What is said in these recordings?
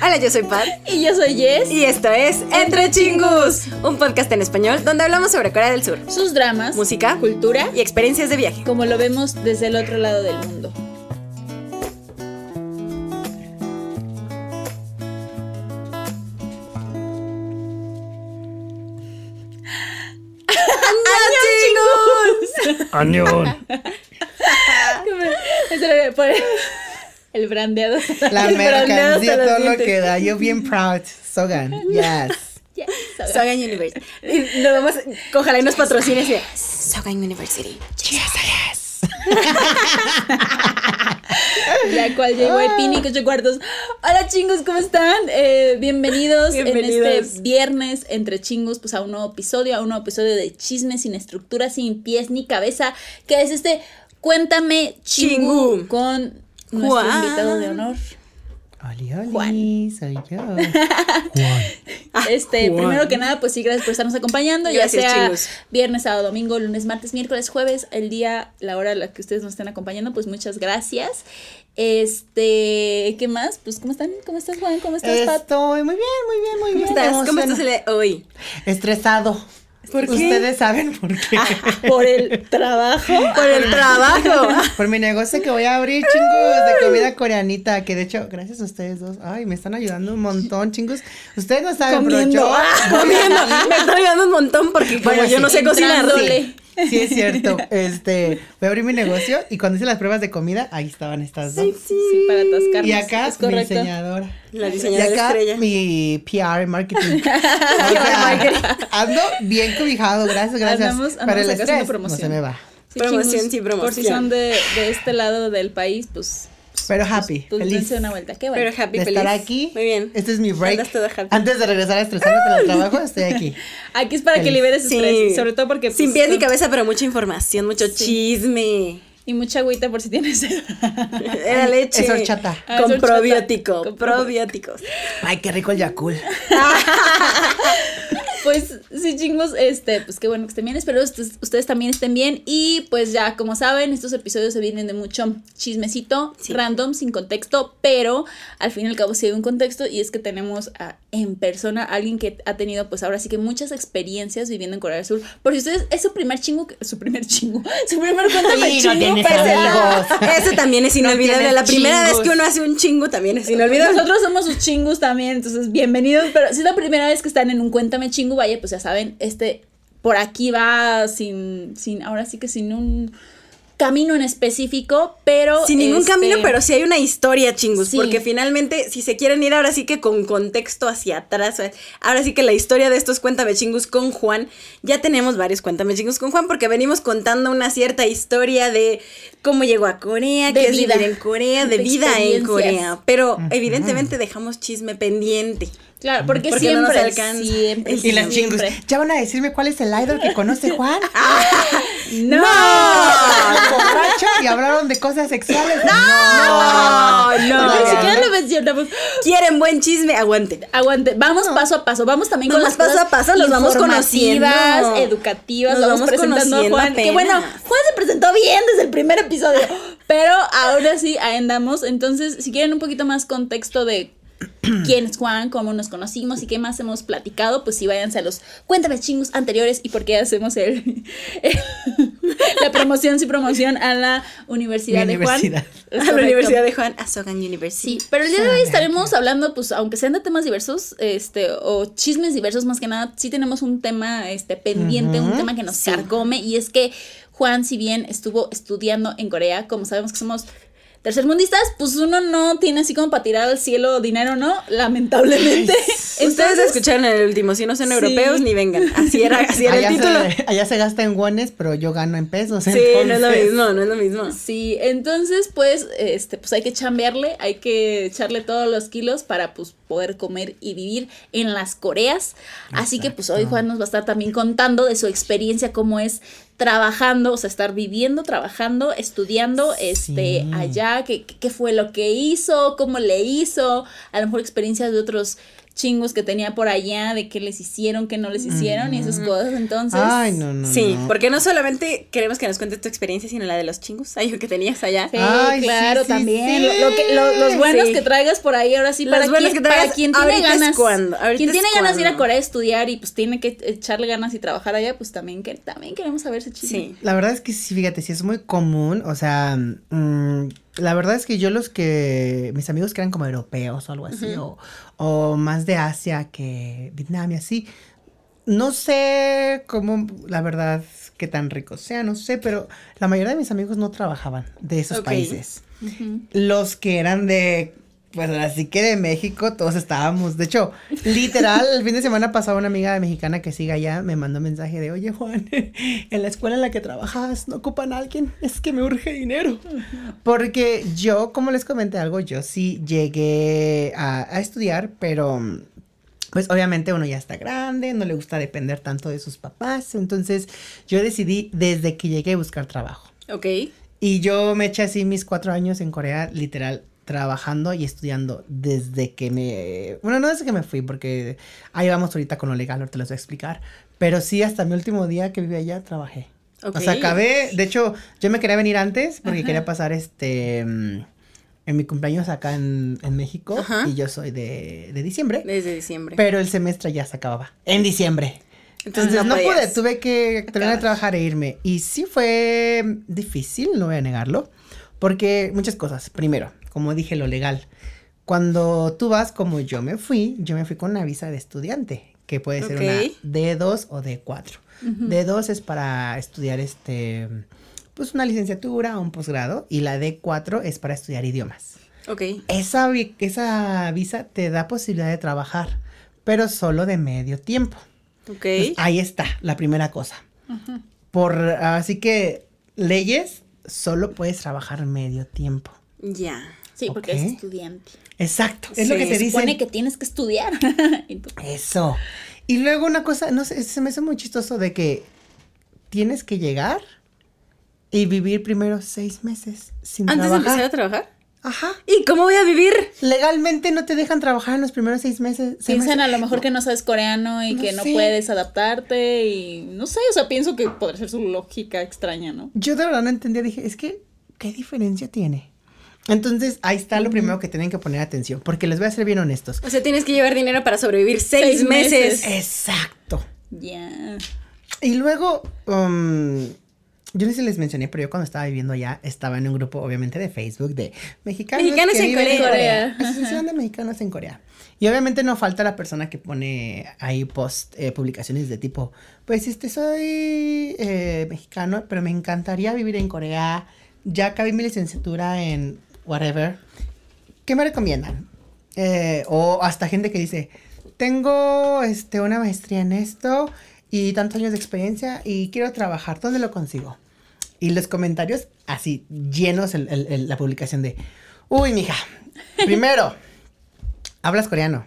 Hola, yo soy Pat. Y yo soy Jess. Y esto es Entre Chingus, un podcast en español donde hablamos sobre Corea del Sur, sus dramas, música, cultura y experiencias de viaje, como lo vemos desde el otro lado del mundo. ¡Añón! El brandeado. La mercancía, todo lo que da. Yo bien proud. Sogan, yes. Sogan University. Nos vamos, ojalá y nos patrocine así. Sogan University. Yes. La cual llegó el Pini con 8 cuartos. Hola chingos, ¿cómo están? Bienvenidos en este viernes entre chingos, pues a un nuevo episodio de chisme sin estructura, sin pies ni cabeza, que es este Cuéntame Chingu con nuestro invitado de honor. Oli, Juan. soy yo. Juan. Primero que nada, pues sí, gracias por estarnos acompañando. Gracias, ya sea chingos. viernes, sábado, domingo, lunes, martes, miércoles, jueves, el día, la hora a la que ustedes nos estén acompañando, pues muchas gracias. ¿Qué más? Pues, ¿cómo están? ¿Cómo estás, Juan? ¿Cómo estás, Pat? Estoy muy bien. ¿Cómo estás el día de hoy? Estresado. ¿Por qué? Ustedes saben por qué. Por el trabajo. Por el trabajo. Por mi negocio que voy a abrir, chingos, de comida coreanita, que de hecho, gracias a ustedes dos, ay, me están ayudando un montón, chingos. Ustedes no saben, Comiendo. pero yo Comiendo. Me está ayudando un montón porque como Bueno, yo no sí, sé cocinar. entrándole. Sí, es cierto. Voy a abrir mi negocio y cuando hice las pruebas de comida, ahí estaban estas dos. Sí, para atascarnos. Y acá es mi correcto. diseñadora. La Y diseñadora acá estrella. mi PR marketing. O sea, ando bien cobijado, gracias. Andamos Pero el acá haciendo estrés promoción. no se me va. Sí, Promoción, chingos, sí, promoción. Por si son de este lado del país, pues Pero happy, pues feliz dense una vuelta. Qué bueno. Pero happy, de feliz. estar aquí. Muy bien. Este es mi break. Andas toda happy. Antes de regresar a estresarme con el trabajo, estoy aquí. Aquí es para que Feliz. liberes Sí. estrés, sobre todo porque Sin pues, pies ni con- cabeza, pero mucha información, mucho chisme. y mucha agüita por si tienes sed. Era leche. Es horchata. Ah, Con es horchata. probiótico. Con Probióticos. Ay, qué rico el Yakult. Pues sí, chingos, pues qué bueno que estén bien, espero ustedes también estén bien. Y pues ya, como saben, estos episodios se vienen de mucho chismecito, Sí. random, sin contexto, pero al fin y al cabo sí hay un contexto, y es que tenemos en persona a alguien que ha tenido, pues ahora sí que muchas experiencias viviendo en Corea del Sur. Por si ustedes, es su primer cuéntame chingo, Sí, no tienes pero- amigos. Eso también es inolvidable. tienes La primera vez chingos. que uno hace un chingo también es inolvidable. Nosotros somos sus chingos también, entonces bienvenidos. Pero si es la primera vez que están en un Cuéntame Chingo, vaya, pues ya saben, por aquí va sin ahora sí que sin un camino en específico, pero Sin ningún camino, pero sí hay una historia, chingus, Sí. porque finalmente, si se quieren ir ahora sí que con contexto hacia atrás, ahora sí que la historia de estos Cuéntame Chingus con Juan, ya tenemos varios Cuéntame Chingus con Juan, porque venimos contando una cierta historia de cómo llegó a Corea, De qué es vida. vivir en Corea, de De vida en experiencias. Corea, pero evidentemente dejamos chisme pendiente. claro, porque Porque no nos siempre, alcanza. siempre, Y las chingos. siempre. ¿Ya van a decirme cuál es el idol que conoce Juan? ¡No! Borracho y hablaron de cosas sexuales. No, Ni no. siquiera lo mencionamos. ¿Quieren buen chisme? Aguanten. Aguante, vamos paso a paso, vamos también con Vamos las paso a cosas paso, los vamos informativas, conociendo. educativas, Nos vamos vamos presentando a conociendo Juan, que apenas. bueno, Juan se presentó bien desde el primer episodio, pero ahora sí, ahí andamos. Entonces, si quieren un poquito más contexto de quién es Juan, cómo nos conocimos y qué más hemos platicado, pues sí, váyanse a los Cuéntame Chingos anteriores y por qué hacemos la promoción, sí, promoción a la Universidad Mi de Juan. universidad. Es A la correcto. Universidad de Juan, a Sogan University. Sí, pero el día de hoy estaremos hablando, pues, aunque sean de temas diversos, o chismes diversos más que nada, sí tenemos un tema, pendiente, un tema que nos carcome, y es que Juan, si bien estuvo estudiando en Corea, como sabemos que somos tercermundistas, pues uno no tiene así como para tirar al cielo dinero, ¿no? Lamentablemente. Ustedes escucharon en el último, si no son Sí. europeos, ni vengan. Así era el título. Allá se gasta en wones, pero yo gano en pesos. Sí, no es lo mismo, no es lo mismo. Sí, entonces pues hay que chambearle, hay que echarle todos los kilos para pues poder comer y vivir en las Coreas. Así que pues hoy Juan nos va a estar también contando de su experiencia, cómo es trabajando, o sea, estar viviendo, trabajando, estudiando Sí. allá, qué fue lo que hizo, cómo le hizo, a lo mejor experiencias de otros chingos que tenía por allá de qué les hicieron, qué no les hicieron y esas cosas, entonces. Ay, no. Sí, porque no solamente queremos que nos cuentes tu experiencia, sino la de los chingos, ay, que tenías allá. Sí, Ay, claro, sí, también. sí. Los buenos Sí. que traigas por ahí, ahora sí, Los buenos que traigas, para quien tiene ahorita es ganas. cuando, ahorita Quien es tiene ganas de ir a cuando. Corea a estudiar y pues tiene que echarle ganas y trabajar allá, pues también queremos saber ese chisme. Sí. La verdad es que sí, fíjate, sí es muy común, o sea, la verdad es que mis amigos que eran como europeos o algo así, o más de Asia que Vietnam y así, no sé cómo, la verdad, qué tan ricos sean, no sé, pero la mayoría de mis amigos no trabajaban de esos Ok. países. Los que eran pues así que de México, todos estábamos. De hecho, literal, el fin de semana pasado una amiga mexicana que sigue allá me mandó un mensaje de, oye Juan, en la escuela en la que trabajas no ocupan a alguien, es que me urge dinero. Porque yo, como les comenté algo, yo sí llegué a estudiar, pero pues obviamente uno ya está grande, no le gusta depender tanto de sus papás, entonces yo decidí desde que llegué a buscar trabajo. Ok. Y yo me eché así mis 4 años en Corea, literal, trabajando y estudiando desde que bueno, no desde que me fui, porque ahí vamos ahorita con lo legal, ahorita les voy a explicar, pero sí hasta mi último día que viví allá trabajé. Ok. O sea, acabé, de hecho, yo me quería venir antes porque quería pasar en mi cumpleaños acá en México. Ajá. Y yo soy de diciembre, Desde diciembre. pero el semestre ya se acababa en diciembre. Entonces No pude, podías. tuve que terminar de Acabar. trabajar e irme. Y sí fue difícil, no voy a negarlo, porque muchas cosas. Primero, como dije, lo legal. Cuando tú vas, como yo me fui con una visa de estudiante, que puede ser una Ok. D2 o D4. D2 es para estudiar pues una licenciatura o un posgrado, y la D4 es para estudiar idiomas. Ok. Esa visa te da posibilidad de trabajar, pero solo de medio tiempo. Ok. Pues ahí está, la primera cosa. Así que leyes, solo puedes trabajar medio tiempo. Ya. Sí, porque Ok. es estudiante. Exacto, es lo Sí, que te Se supone dicen. que tienes que estudiar. Y tú, Eso. Y luego una cosa, no sé, se me hace muy chistoso de que tienes que llegar y vivir primero 6 meses sin Antes de trabajar. empezar a trabajar. Ajá. ¿Y cómo voy a vivir? Legalmente no te dejan trabajar en los primeros 6 meses. piensan a lo mejor que no sabes coreano y No que no sé. puedes adaptarte y no sé, o sea, pienso que podría ser su lógica extraña, ¿no? Yo de verdad no entendía, dije, es que, ¿qué diferencia tiene? Entonces, ahí está lo primero que tienen que poner atención, porque les voy a ser bien honestos. O sea, tienes que llevar dinero para sobrevivir 6 6 meses. meses. Exacto. Ya. Y luego, yo no sé si les mencioné, pero yo cuando estaba viviendo allá, estaba en un grupo, obviamente, de Facebook de mexicanos Mexicanos que en viven Corea. Asociación de mexicanos en Corea. Y obviamente no falta la persona que pone ahí publicaciones de tipo, pues soy mexicano, pero me encantaría vivir en Corea. Ya acabé mi licenciatura en whatever. ¿Qué me recomiendan? O hasta gente que dice, tengo una maestría en esto y tantos años de experiencia y quiero trabajar, ¿dónde lo consigo? Y los comentarios así llenos la publicación de, uy, mija, primero, hablas coreano.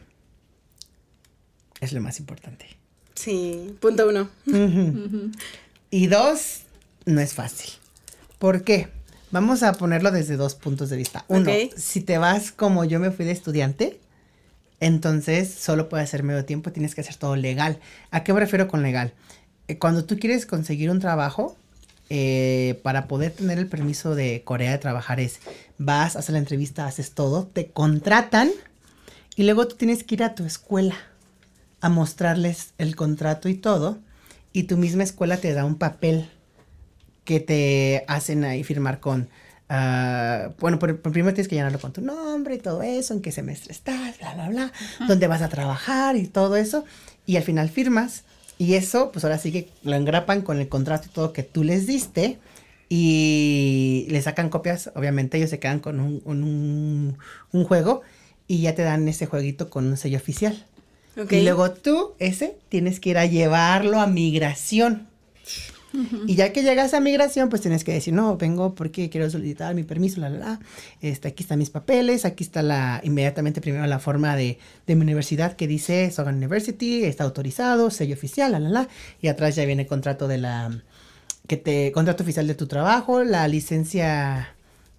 Es lo más importante. Sí, punto 1. Y 2, no es fácil. ¿Por qué? Vamos a ponerlo desde 2 puntos de vista. 1, Ok. si te vas como yo me fui de estudiante, entonces solo puedes hacer medio tiempo, tienes que hacer todo legal. ¿A qué me refiero con legal? Cuando tú quieres conseguir un trabajo, para poder tener el permiso de Corea de trabajar vas, haces la entrevista, haces todo, te contratan y luego tú tienes que ir a tu escuela a mostrarles el contrato y todo, y tu misma escuela te da un papel que te hacen ahí firmar con, bueno, primero tienes que llenarlo con tu nombre y todo eso, en qué semestre estás, bla, bla, bla, dónde vas a trabajar y todo eso, y al final firmas, y eso, pues ahora sí que lo engrapan con el contrato y todo que tú les diste, y le sacan copias, obviamente ellos se quedan con un juego, y ya te dan ese jueguito con un sello oficial. Ok. Y luego tú, tienes que ir a llevarlo a migración. Y ya que llegas a migración, pues tienes que decir, no, vengo porque quiero solicitar mi permiso, aquí están mis papeles, aquí está inmediatamente primero la forma de mi universidad que dice Sogan University, está autorizado, sello oficial, y atrás ya viene el contrato contrato oficial de tu trabajo, la licencia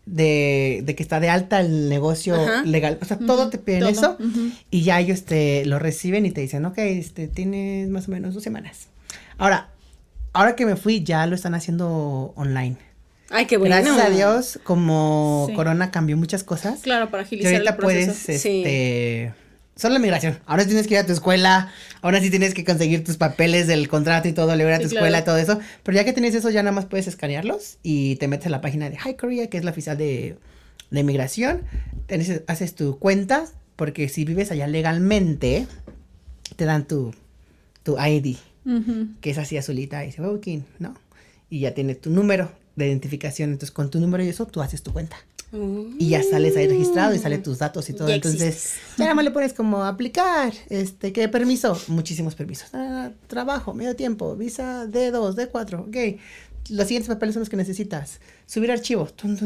de que está de alta el negocio legal. O sea, todo te piden eso y ya ellos lo reciben y te dicen, ok, tienes más o menos 2 semanas. Ahora que me fui, ya lo están haciendo online. Ay, qué bueno. Gracias a Dios, como Corona cambió muchas cosas. Claro, para agilizar el proceso. Puedes, solo la migración. Ahora sí tienes que ir a tu escuela, ahora sí tienes que conseguir tus papeles del contrato y todo, ir a tu escuela, todo eso. Pero ya que tienes eso, ya nada más puedes escanearlos y te metes a la página de Hi Korea, que es la oficial de migración. Haces tu cuenta, porque si vives allá legalmente, te dan tu ID, que es así azulita, y dice Booking, ¿no? Y ya tiene tu número de identificación. Entonces, con tu número y eso, tú haces tu cuenta. Y ya sales ahí registrado y sale tus datos y todo. Ya entonces, existes. ya nada más le pones como aplicar, ¿qué permiso? Muchísimos permisos. Trabajo, medio tiempo, visa D2, D4, ok. Los siguientes papeles son los que necesitas. Subir archivo,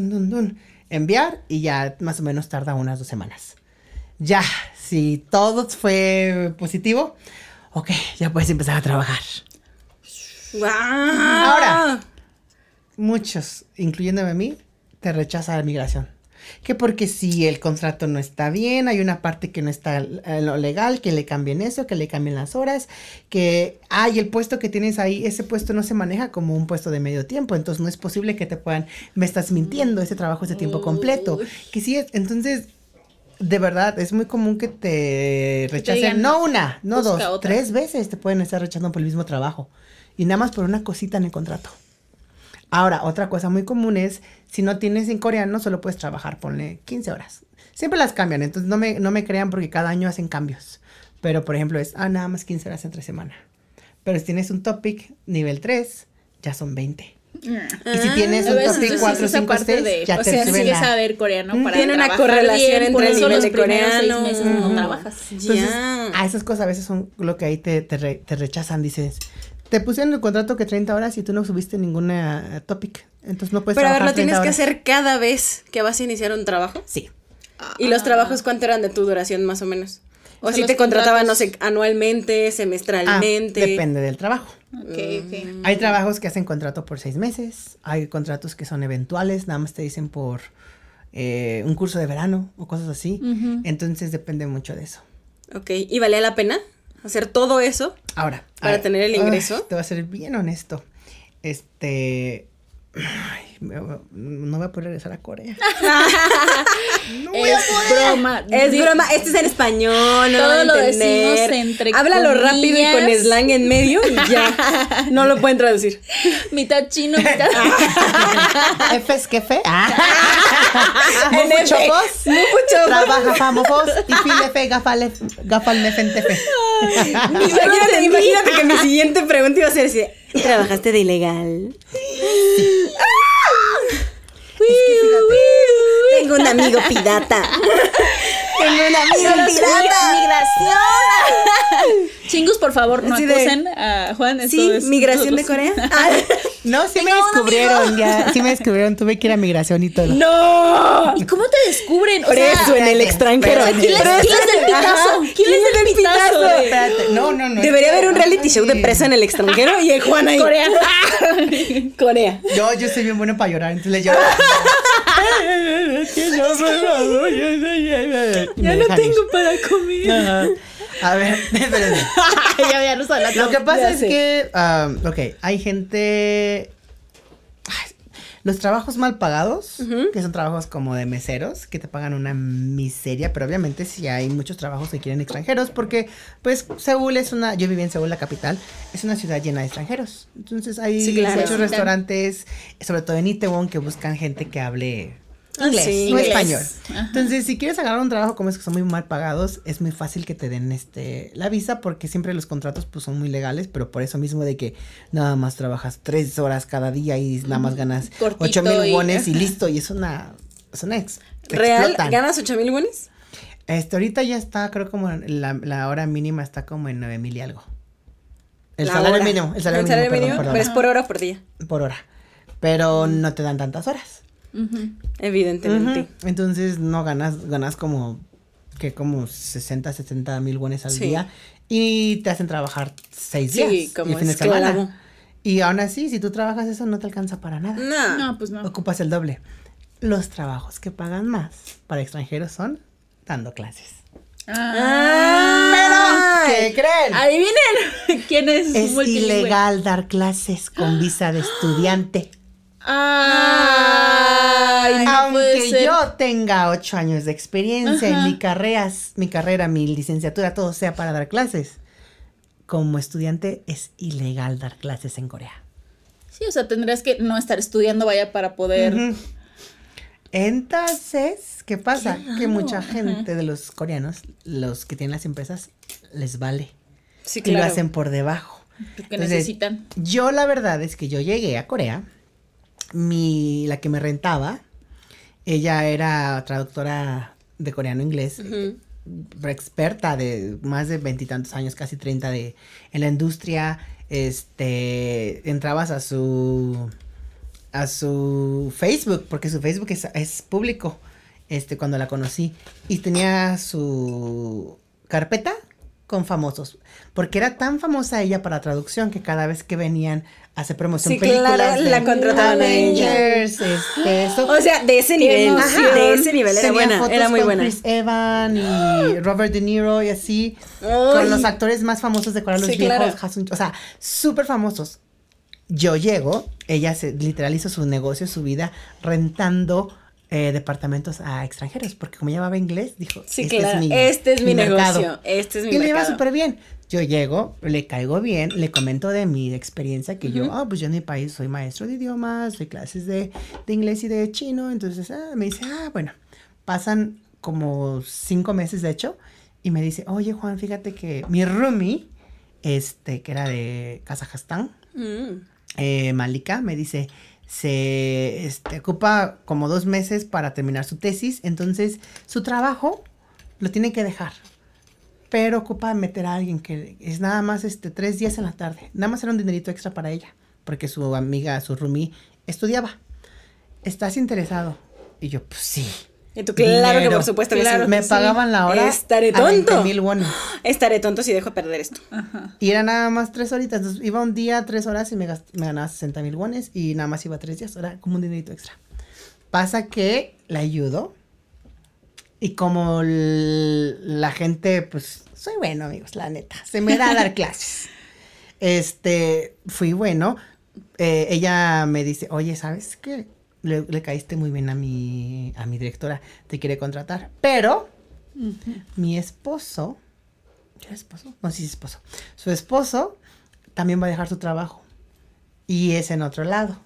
enviar y ya más o menos tarda unas 2 semanas. Ya, si todo fue positivo, ok, ya puedes empezar a trabajar. ¡Wow! Ahora, muchos, incluyéndome a mí, te rechaza la migración. Que porque si el contrato no está bien, hay una parte que no está lo legal, que le cambien eso, que le cambien las horas, que el puesto que tienes ahí, ese puesto no se maneja como un puesto de medio tiempo, entonces no es posible que te puedan, me estás mintiendo, ese trabajo es de tiempo completo. Que sí es, entonces, de verdad, es muy común que te rechacen, digan, no una, no 2, otra. 3 veces te pueden estar rechazando por el mismo trabajo. Y nada más por una cosita en el contrato. Ahora, otra cosa muy común es, si no tienes en coreano, solo puedes trabajar, ponle 15 horas. Siempre las cambian, entonces no me crean porque cada año hacen cambios. Pero, por ejemplo, es, nada más 15 horas entre semana. Pero si tienes un topic nivel 3, ya son 20. Y si tienes un topic 4, 5, 6, ya te suben a saber coreano para tiene una trabajar correlación bien, por entre el eso nivel los de primeros coreano. 6 meses no trabajas. Entonces, esas cosas a veces son lo que ahí te rechazan, dices... Te pusieron en el contrato que 30 horas y tú no subiste ninguna topic. Entonces no puedes Pero a ver, trabajar ¿lo tienes 30 que horas. hacer cada vez que vas a iniciar un trabajo? Sí. ¿Y los trabajos cuánto eran de tu duración más o menos? O si los te contrataban, contratos. no sé, anualmente, semestralmente. Depende del trabajo. Okay. Hay trabajos que hacen contrato por 6 meses. Hay contratos que son eventuales. Nada más te dicen por un curso de verano o cosas así. Entonces depende mucho de eso. Ok, ¿y valía la pena hacer todo eso? Ahora. ¿Para tener el ingreso? Te voy a ser bien honesto. No voy a poder regresar a Corea. No voy a poder. Broma. Es broma, este es en español, no Todo van a lo entender. decimos entre Háblalo rápido y con comillas. slang en medio y ya. No lo pueden traducir. Mitad chino, mitad... F es que fe. En Mucho F. voz. Mucho Trabaja famofos y file fe gafal me fentefe. Imagínate que mi siguiente pregunta iba a ser así: ¿trabajaste de ilegal? Tengo un amigo pirata. Tengo un amigo pirata. ¡Migración! Chingus, por favor, no Así de- acusen a Juan. esto Sí, es migración de nosotros. Corea. No, sí me Tengo un descubrieron ya. Sí me descubrieron. Tuve que ir a migración y todo. ¡No! ¿Y cómo te descubren? O sea, Preso en el extranjero. ¿quién les del pitazo? ¿Quién les del pitazo? Espérate. No. Debería haber un reality show de preso en el extranjero y el Juan ahí. Corea. Corea. Yo soy bien bueno para llorar, entonces le lloro. Ya no tengo para comer. Ajá. A ver, espérenme. ya nos hablamos. Lo que pasa Ya es sé. que, hay gente... Los trabajos mal pagados, que son trabajos como de meseros, que te pagan una miseria, pero obviamente sí hay muchos trabajos que quieren extranjeros, porque pues Seúl yo viví en Seúl, la capital, es una ciudad llena de extranjeros. Entonces hay Sí, claro. muchos Sí, claro. restaurantes, sobre todo en Itaewon, que buscan gente que hable Inglés, inglés, no inglés. español. Ajá. Entonces, si quieres agarrar un trabajo como es que son muy mal pagados, es muy fácil que te den la visa, porque siempre los contratos pues son muy legales, pero por eso mismo de que nada más trabajas 3 horas cada día y nada más ganas Cortito 8,000 y- wones y listo, y es te ¿Real? explotan. ¿Ganas 8,000 wones? Ahorita ya está, creo como la hora mínima está como en 9,000 y algo. El La salario hora. mínimo, El salario mínimo, perdón, pero es por hora o por día. por hora. Pero no te dan tantas horas. Evidentemente. Entonces no ganas como 60, 70 mil wones al Sí. día y te hacen trabajar 6 Sí, días como y fin de esclavo. semana. Y aún así, si tú trabajas eso no te alcanza para nada. No. No, pues no. Ocupas el doble. los trabajos que pagan más para extranjeros son dando clases. ¿Qué creen? Adivinen quién es multilingüe. Ilegal dar clases con visa de estudiante. Ay, no puede Aunque ser. yo tenga 8 años de experiencia en mi carrera, mi licenciatura, todo sea para dar clases. Como estudiante es ilegal dar clases en Corea. Sí, o sea, tendrías que no estar estudiando, vaya, para poder. Ujú. Entonces, ¿qué pasa? Que mucha gente de los coreanos, los que tienen las empresas, les vale. Sí, Y lo claro. hacen por debajo. Porque Entonces, necesitan. Yo la verdad es que yo llegué a Corea, la que me rentaba, ella era traductora de coreano a inglés, experta de más de 20 y tantos años, casi 30 en la industria. Entrabas a su Facebook, porque su Facebook es público, cuando la conocí, y tenía su carpeta con famosos, porque era tan famosa ella para traducción que cada vez que venían a hacer promoción Sí, películas claro, de la contrataban a ella. Avengers, eso. O sea, de ese nivel, Ajá. de ese nivel, era Tenían buena, fotos era muy con buena. Chris Evans y Robert De Niro y así, con los actores más famosos de Corea, los Sí, viejos, claro. o sea, súper famosos. Yo llego, ella literal hizo su negocio, su vida, rentando departamentos a extranjeros, porque como llevaba inglés, dijo, Sí, claro, este es mi mercado. negocio, este es mi Y le iba mercado. súper bien. Yo llego, le caigo bien, le comento de mi experiencia, que pues yo en mi país soy maestro de idiomas, doy clases de inglés y de chino, entonces me dice, bueno, pasan como 5 meses de hecho, y me dice, oye Juan, fíjate que mi roomie, que era de Kazajstán, Malika, me dice, se ocupa como 2 meses para terminar su tesis, entonces su trabajo lo tiene que dejar, pero ocupa meter a alguien que es nada más 3 días en la tarde, nada más era un dinerito extra para ella, porque su amiga, su roomie, estudiaba. ¿Estás interesado? Y yo, pues sí. Y tú, claro que Dinero. por supuesto que Claro. sí. Me pagaban la hora Estaré a 20 tonto. 1,000 wones. Estaré tonto si dejo perder esto. Y era nada más 3 horitas. Entonces iba un día, 3 horas y me ganaba 60,000 wones y nada más iba 3 días. Era como un dinerito extra. Pasa que la ayudo y como la gente, pues, soy bueno, amigos, la neta. Se me da a dar clases. Fui bueno. Ella me dice, oye, ¿sabes qué? Le caíste muy bien a mi directora. Te quiere contratar. Pero mi esposo... ¿Yo esposo? No, sí, esposo. Su esposo también va a dejar su trabajo. Y es en otro lado.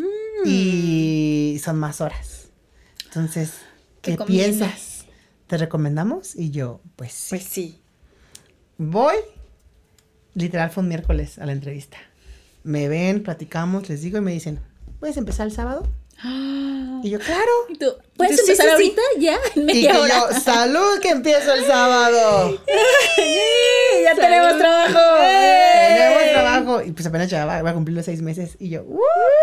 Y son más horas. Entonces, ¿qué piensas? ¿Te recomendamos? Y yo, pues sí. Pues sí. Voy. Literal fue un miércoles a la entrevista. Me ven, platicamos, les digo y me dicen, ¿puedes empezar el sábado? Y yo, claro. ¿Y tú, ¿puedes Sí, sí, empezar sí, ahorita? Ya, en Y media que hora. yo, salud, que empiezo el sábado. ¡Ya tenemos trabajo! Tenemos trabajo. Y pues apenas ya va a cumplir los 6 meses. Y yo,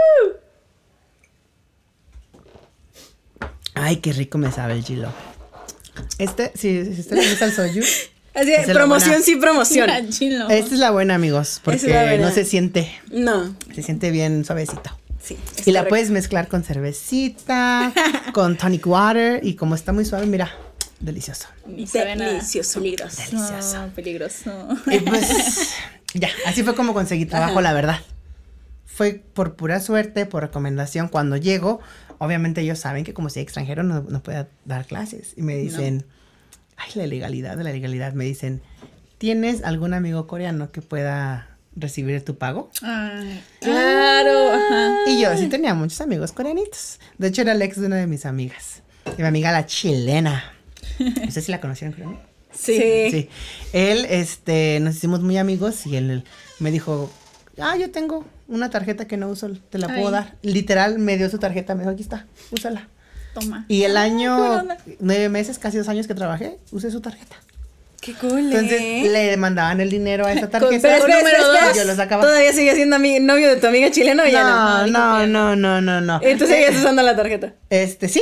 Ay, qué rico me sabe el Gilo. Si usted le gusta el soju. Así, esa es la promoción, buena. sí, promoción. Chilo. Esta es la buena, amigos. Esa es la Porque buena. no se siente. No, Se siente bien suavecito. sí. es Y la correcto. puedes mezclar con cervecita, con tonic water. Y como está muy suave, mira, delicioso. Ni sabe nada. Delicioso. Peligroso. Delicioso. Peligroso. Y pues, ya, así fue como conseguí trabajo, la verdad. Fue por pura suerte, por recomendación. Cuando llego, obviamente ellos saben que como soy extranjero no puedo dar clases. Y me dicen, ay, la legalidad. Me dicen, ¿tienes algún amigo coreano que pueda recibir tu pago? Ay, claro. Ajá. Y yo sí tenía muchos amigos coreanitos. De hecho, era el ex de una de mis amigas. Y mi amiga la chilena. No sé si la conocieron, creo. Sí. Sí. Él, nos hicimos muy amigos y él me dijo, yo tengo una tarjeta que no uso, te la puedo Ay. dar. Literal, me dio su tarjeta, me dijo, aquí está, úsala. Toma. Y el qué año, buena onda. 9 meses, casi 2 años que trabajé, usé su tarjeta. Qué cool. Entonces, le mandaban el dinero a esa tarjeta. Pero número dos. Yo lo sacaba. ¿Todavía sigue siendo novio de tu amiga chilena o ya no? No. Entonces seguías usando la tarjeta. Sí.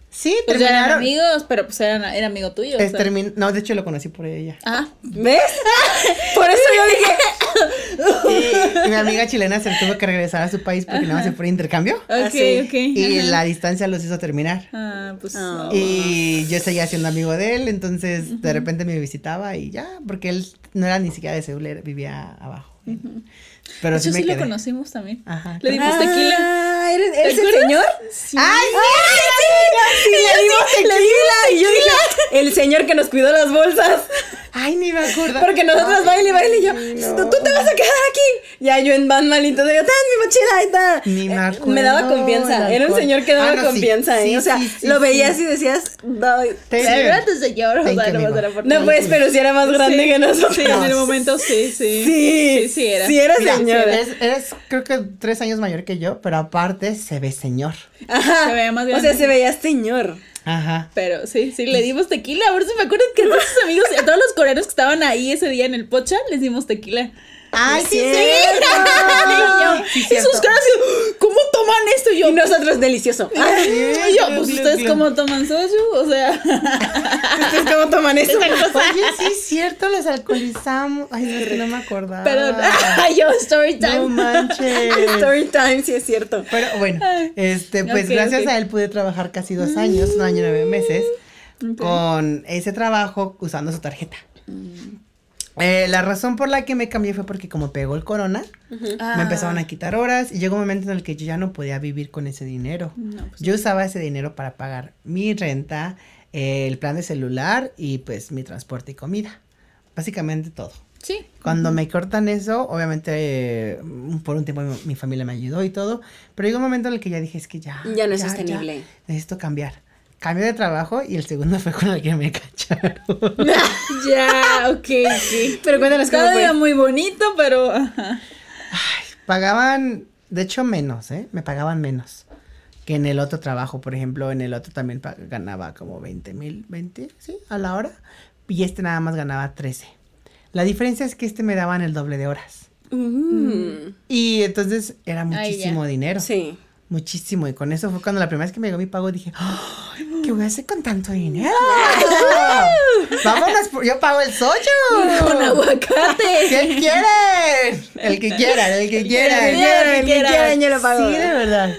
Sí, Pues ya eran terminaron. amigos, pero pues era amigo tuyo. o sea. No, de hecho lo conocí por ella. Ah, ¿Ves? Por eso yo dije, Y mi amiga chilena se tuvo que regresar a su país porque nada más se fue de intercambio. ok, sí. ok. Y Ajá. la distancia los hizo terminar. Ah, pues. Oh. Y yo seguía siendo amigo de él, entonces de repente me visitaba y ya, porque él no era ni siquiera de Seúl, vivía abajo. Pero De sí hecho, me sí lo quedé. conocimos también. Ajá. Le dimos tequila. Ah, ¿eres ¿Te el acuerdas? señor? Sí. ¡Ay, Sí, le dimos tequila. Y yo dije, el señor que nos cuidó las bolsas. Ay, ni me acuerdo. Porque nosotros baile y yo, no. tú te vas a quedar aquí. Ya yo en Van Malito digo, ten mi mochila, ahí está. Ni me acuerdo. Me daba confianza. el Era un alcohol. señor que daba Ah, no, sí. confianza, Sí, O sea, sí, sí, lo sí. veías y decías, no, Thank La you. verdad, tu señor, o Thank sea, you, no vas a amigo. la por no pues, pero si era más grande que nosotros. Sí, en el momento sí. Sí era. Sí era Mira, señora. eres creo que 3 años mayor que yo, pero aparte se ve señor. Ajá. Se veía más O grande. sea, se veía señor. Ajá. Pero sí, le dimos tequila. Por eso me acuerdo que a todos sus amigos y a todos los coreanos que estaban ahí ese día en el Pocha, les dimos tequila. Ay, sí, Y sus caras así, ¿cómo toman esto? Y yo, Y nosotros, delicioso. y yo, pues ustedes cómo toman soju, o sea, ¿Ustedes cómo toman eso? Oye, sí es cierto, los alcoholizamos. Ay, es que no me acordaba. pero yo, story time. No manches. Story time, sí es cierto. Pero bueno, pues Ok, gracias ok. a él pude trabajar casi 2 años, 1 año y 9 meses, Ok. con ese trabajo usando su tarjeta. La razón por la que me cambié fue porque como pegó el corona, me empezaron a quitar horas y llegó un momento en el que yo ya no podía vivir con ese dinero. No, pues Yo usaba ese dinero para pagar mi renta, el plan de celular y pues mi transporte y comida. Básicamente todo. sí. Cuando me cortan eso, obviamente por un tiempo mi familia me ayudó y todo, pero llegó un momento en el que ya dije, es que ya Ya no es sostenible. necesito cambiar. Cambié de trabajo y el segundo fue con el que me cacharon. Ya, ok. Pero cuéntanos cómo Todavía fue. muy bonito, pero ajá. Pagaban, de hecho menos, me pagaban menos que en el otro trabajo. Por ejemplo, en el otro también ganaba como 20 sí, a la hora. Y nada más ganaba 13. La diferencia es que me daban el doble de horas. Y entonces era muchísimo dinero. Sí. Muchísimo. Y con eso fue cuando la primera vez que me llegó mi pago dije, ¡ay! ¿Qué voy a hacer con tanto dinero? Vámonos, yo pago el soju. Con aguacate. ¿Qué quieren? El que quiera, el que quiera. El que quieran, yo lo pago. Sí, de verdad.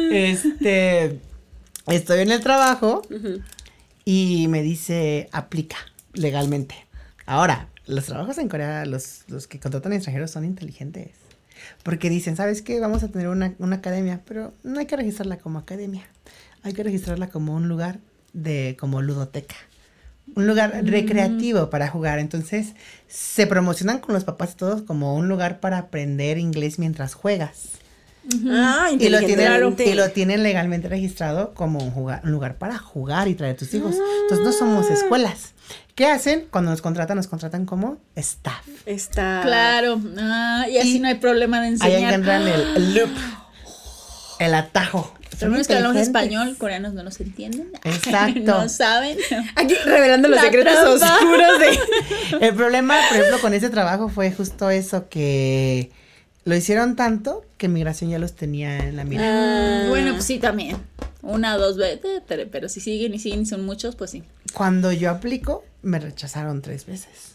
Estoy en el trabajo y me dice, aplica legalmente. Ahora, los trabajos en Corea, los que contratan extranjeros son inteligentes. Porque dicen, ¿sabes qué? Vamos a tener una academia, pero no hay que registrarla como academia. Hay que registrarla como un lugar como ludoteca. Un lugar recreativo para jugar. Entonces, se promocionan con los papás y todos como un lugar para aprender inglés mientras juegas. Ah, Y lo inteligente. tienen legalmente registrado como un lugar para jugar y traer a tus hijos. Entonces, no somos escuelas. ¿Qué hacen? Cuando nos contratan como staff. Está. Claro. Y así Y no hay problema de Ahí enseñar. encuentran el loop, el atajo. Lo menos que hablamos inteligentes. español, coreanos no nos entienden. Exacto. No saben. Aquí revelando los La secretos trampa. oscuros de. El problema, por ejemplo, con ese trabajo fue justo eso, que lo hicieron tanto que Migración ya los tenía en la mira. Bueno, pues sí, también. 1 o 2 veces, pero si siguen y son muchos, pues sí. Cuando yo aplico, me rechazaron 3 veces.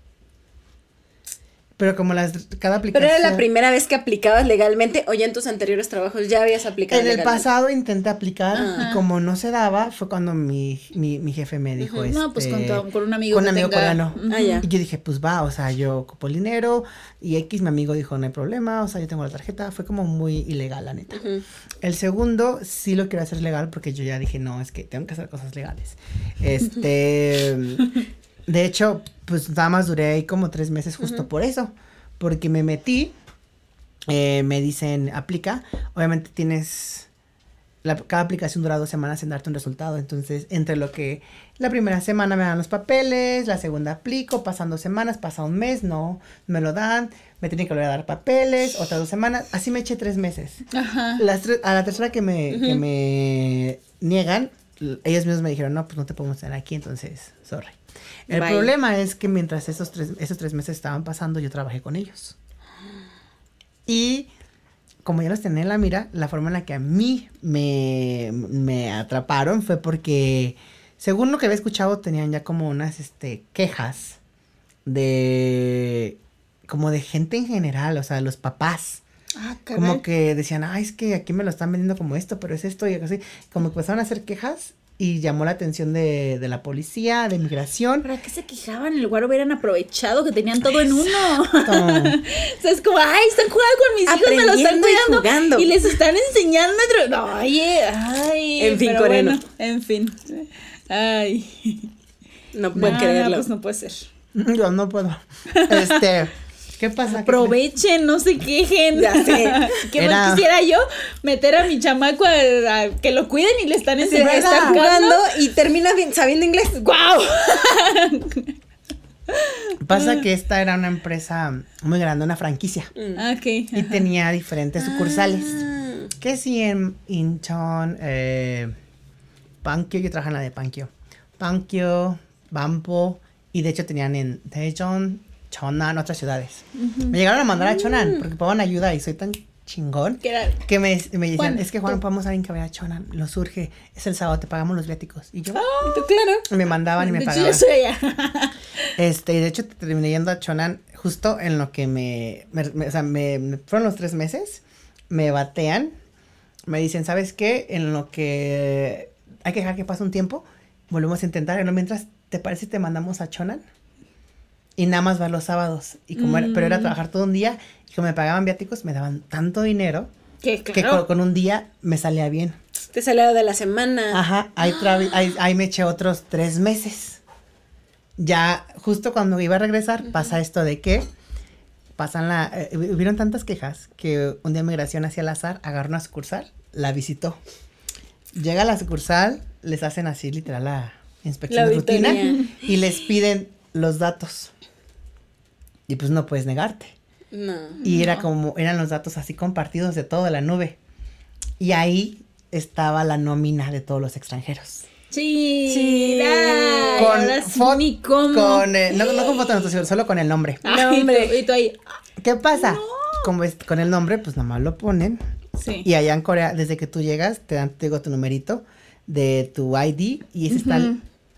Pero como cada aplicación... Pero era la primera vez que aplicabas legalmente o ya en tus anteriores trabajos ya habías aplicado En el legalmente? pasado intenté aplicar Ajá. y como no se daba, fue cuando mi jefe me dijo, No, pues con un amigo con que un amigo tenga- coreano. Ah, ya. Y yo dije, pues va, o sea, yo ocupo el dinero y X, mi amigo dijo, no hay problema, o sea, yo tengo la tarjeta. Fue como muy ilegal, la neta. El segundo sí lo quiero hacer legal porque yo ya dije, no, es que tengo que hacer cosas legales. De hecho, pues nada más duré ahí como 3 meses justo por eso. Porque me metí, me dicen, aplica. Obviamente cada aplicación dura 2 semanas en darte un resultado. Entonces, entre lo que la primera semana me dan los papeles, la segunda aplico, pasan 2 semanas, pasa un mes, no me lo dan, me tienen que volver a dar papeles, otras 2 semanas, así me eché 3 meses. Ajá. A la tercera que me niegan, ellos mismos me dijeron, no, pues no te podemos tener aquí, entonces, sorry. El Bye. problema es que mientras esos 3 meses estaban pasando, yo trabajé con ellos. Y como ya los tenía en la mira, la forma en la que a mí me atraparon fue porque, según lo que había escuchado, tenían ya como unas, quejas como de gente en general, o sea, los papás. Ah, caray. Como que decían, ay, es que aquí me lo están vendiendo como esto, pero es esto y así. Como que empezaron a hacer quejas y llamó la atención de la policía, de migración. ¿Para qué se quejaban? En lugar hubieran aprovechado que tenían todo en uno. O sea, es como, ay, están jugando con mis hijos, me los están Aprendiendo y cuidando. jugando. Y les están enseñando. No, oye, ay. En fin, pero coreano. bueno, en fin. Ay. No puedo creerlo. Pues no puede ser. Yo no puedo. ¿Qué pasa? Aprovechen, no se quejen. Ya sé. ¿Qué más quisiera yo? Meter a mi chamaco a que lo cuiden y le están enseñando. Está jugando y termina sabiendo inglés. ¡Guau! Pasa que esta era una empresa muy grande, una franquicia. Ok. Y tenía diferentes sucursales. Que sí, en Incheon, Pankyo, yo trabajaba en la de Pankyo. Pankyo, Bampo, y de hecho tenían en Daejeon, Cheonan, otras ciudades. Me llegaron a mandar a Cheonan porque pagaban ayuda y soy tan chingón que me decían, Juan, es que Juan, podemos a alguien que vaya a Cheonan, lo surge, es el sábado, te pagamos los viáticos. Y yo, Claro. me mandaban y me De hecho, pagaban. yo soy ella. Y de hecho terminé yendo a Cheonan justo en lo que fueron los 3 meses, me batean, me dicen, ¿sabes qué? En lo que hay que dejar que pase un tiempo, volvemos a intentar, ¿no? Mientras, ¿te parece si te mandamos a Cheonan? Y nada más va los sábados, y como pero era trabajar todo un día, y como me pagaban viáticos, me daban tanto dinero, Que que claro. con un día me salía bien. Te salió de la semana. Ajá, ahí me eché otros 3 meses. Ya, justo cuando iba a regresar, pasa esto de que hubieron tantas quejas que un día migración hacia el azar agarró una sucursal, la visitó. Llega a la sucursal, les hacen así literal la inspección La de rutina auditoría. y les piden los datos. Y pues no puedes negarte. No. Y eran los datos así compartidos de toda la nube. Y ahí estaba la nómina de todos los extranjeros. Sí. Ay, Con ahora sí foto, ni cómo. no con foto de anotación, solo con el nombre. Ay, Nombre. y tú ahí. ¿Qué pasa? Como con el nombre, pues nada más lo ponen. Sí. Y allá en Corea, desde que tú llegas, te dan, te digo, tu numerito de tu ID y ese está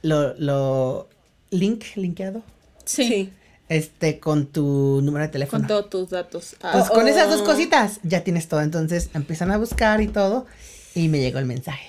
lo linkeado. Sí. Con tu número de teléfono. Con todos tus datos. Pues con esas 2 cositas ya tienes todo. Entonces empiezan a buscar y todo. Y me llegó el mensaje.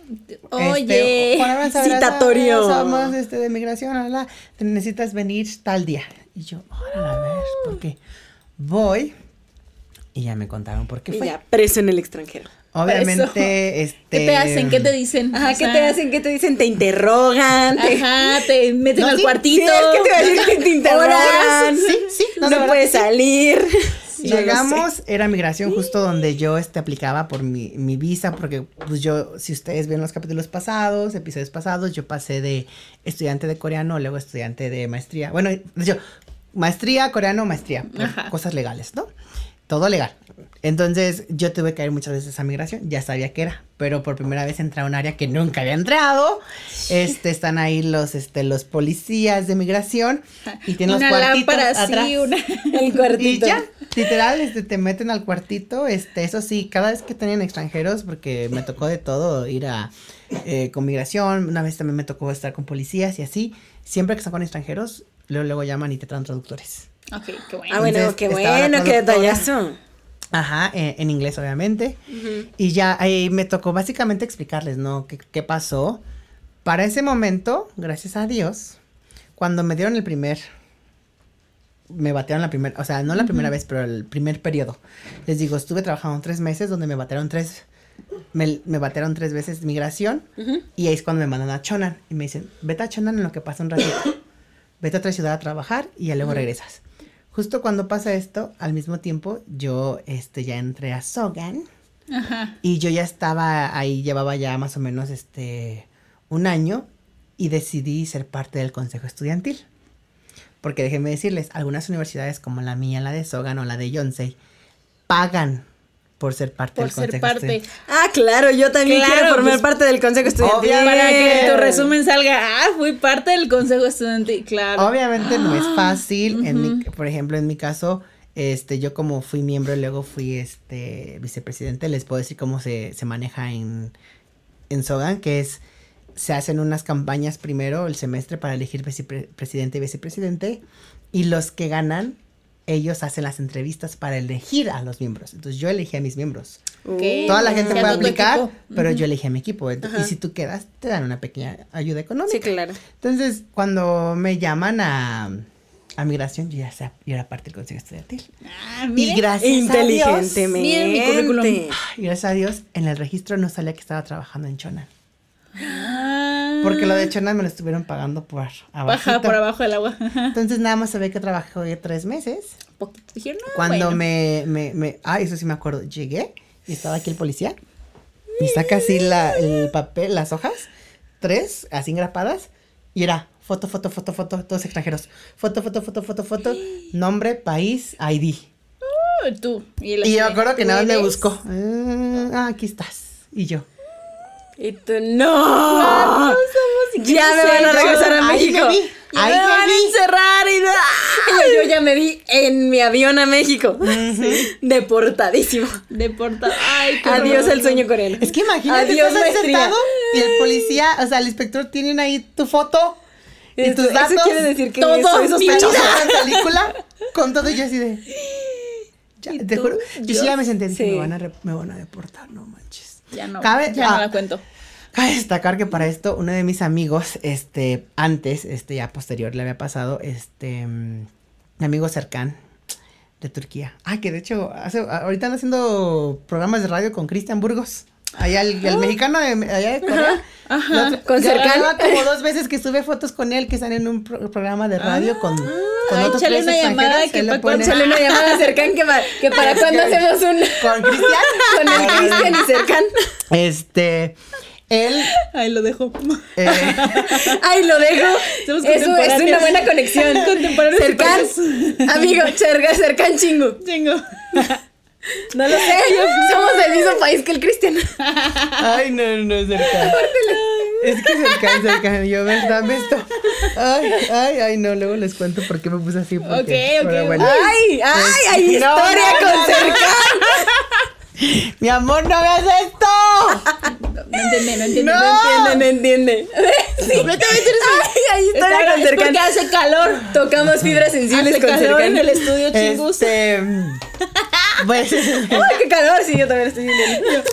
Oye. Juan Aranza Veraza, Citatorio. Somos de migración, te necesitas venir tal día. Y yo, órale, a ver, ¿por qué? Voy. Y ya me contaron por qué Y fue. ya, preso en el extranjero. Obviamente, ¿Qué te hacen? ¿Qué te dicen? Ajá, O ¿qué sea, te hacen? ¿Qué te dicen? Te interrogan. Ajá, te meten No, al sí, cuartito. Sí, es que te iba a decir que te interrogan. Sí, No, de verdad puedes que sí. salir. No lo Llegamos, sé. era migración justo donde yo aplicaba por mi visa, porque pues yo, si ustedes ven los capítulos pasados, episodios pasados, yo pasé de estudiante de coreano, luego estudiante de maestría, bueno, de hecho, maestría, coreano, maestría, por cosas legales, ¿no? Todo legal. Entonces, yo tuve que ir muchas veces a migración, ya sabía que era, pero por primera vez entré a un área que nunca había entrado. Están ahí los policías de migración y tienen una los cuartitos lámpara atrás. así, El Y cuartito. ya, literal, te meten al cuartito, eso sí, cada vez que tenían extranjeros, porque me tocó de todo, ir con migración, una vez también me tocó estar con policías y así, siempre que están con extranjeros, luego llaman y te traen traductores. Ok, qué bueno. Ah, bueno, Entonces, qué estaba la bueno, qué traductora. detallazo. Ajá, en inglés obviamente, y ya ahí me tocó básicamente explicarles, ¿no? ¿Qué pasó? Para ese momento, gracias a Dios, cuando me dieron me batearon la primera, o sea, no la primera vez, pero el primer periodo. Les digo, estuve trabajando 3 meses donde me batearon 3 veces migración, y ahí es cuando me mandan a Cheonan, y me dicen, vete a Cheonan en lo que pasa un ratito, vete a otra ciudad a trabajar, y ya luego regresas. Justo cuando pasa esto, al mismo tiempo, yo, ya entré a Sogan, Ajá. y yo ya estaba ahí, llevaba ya más o menos, 1 año, y decidí ser parte del consejo estudiantil. Porque déjenme decirles, algunas universidades como la mía, la de Sogan o la de Yonsei, pagan por ser parte Por del ser consejo parte. estudiantil. Ah, claro, yo también Claro, quiero formar pues, parte del consejo estudiantil. Para que tu resumen salga, fui parte del consejo estudiantil, claro. Obviamente no es fácil, por ejemplo, en mi caso, Yo como fui miembro y luego fui vicepresidente, les puedo decir cómo se maneja en Sogan, que se hacen unas campañas primero el semestre para elegir presidente y vicepresidente, y los que ganan, ellos hacen las entrevistas para elegir a los miembros. Entonces yo elegí a mis miembros. Okay. Toda la gente puede aplicar, pero uh-huh. yo elegí a mi equipo. Y si tú quedas, te dan una pequeña ayuda económica. Sí, claro. Entonces, cuando me llaman a migración, yo era parte del consejo estudiantil. Y gracias inteligentemente. a Dios, miren mi currículum. Y gracias a Dios, en el registro no salía que estaba trabajando en Chonan. Porque lo de Chonan me lo estuvieron pagando por abajo. Por abajo del agua. Entonces nada más sabía que trabajé 3 meses. Poquito. Dijeron, no, Cuando bueno. eso sí me acuerdo, llegué y estaba aquí el policía. Me saca así el papel, las hojas, 3, así engrapadas, y era foto, todos extranjeros. Foto, nombre, país, ID. Tú. Y yo me acuerdo que nada más me buscó. Aquí estás. Y yo. Y tú, ¡no! Ya me van a regresar a México. Ahí me van a encerrar y yo ya me vi en mi avión a México. Sí. Deportadísimo. Ay, qué adiós horror. el sueño coreano. Es que imagínate, adiós, estás maestría. sentado y el policía, o sea, el inspector tienen ahí tu foto y tus datos. Eso quiere decir que todo soy mi sospechosa. vida. La película con todo y yo así de. Ya, te juro, yo sí ya me senté, dije, Sí. me van a deportar, no manches. Ya no Cabe la cuento. Cabe destacar que para esto, uno de mis amigos, antes, ya posterior le había pasado, mi amigo Serkan, de Turquía. Que de hecho, ahorita anda haciendo programas de radio con Cristian Burgos. Allá el mexicano allá de Corea. Ajá. Con ya Serkan. lleva como 2 veces que sube fotos con él, que están en un programa de radio con otros échale 3 una llamada extranjeros. que Él le pa' pone- Échale una llamada a Serkan que para cuando hacemos un Con Cristian. con el Cristian y Serkan. Él. Ahí lo dejo. Ay, lo dejo. Somos Eso es contemporáneos. una buena conexión. Contemporáneos y Serkan, amigo, Serkan chingo. Chingo. No lo sé, somos del mismo país que el Cristian. Ay, no, Serkan. Es que Serkan, yo, dame esto. Ay, no, luego les cuento por qué me puse así. Porque, Ok. pero bueno. Ay, hay historia con Serkan. Mi amor, no veas esto. No entiende. No entiende. Sí. Hay historia con Es Serkan. porque hace calor. Tocamos fibras sensibles Hace con calor Serkan. en el estudio, chingus. Pues. ¡Ay, qué calor! Sí, yo también estoy sintiendo.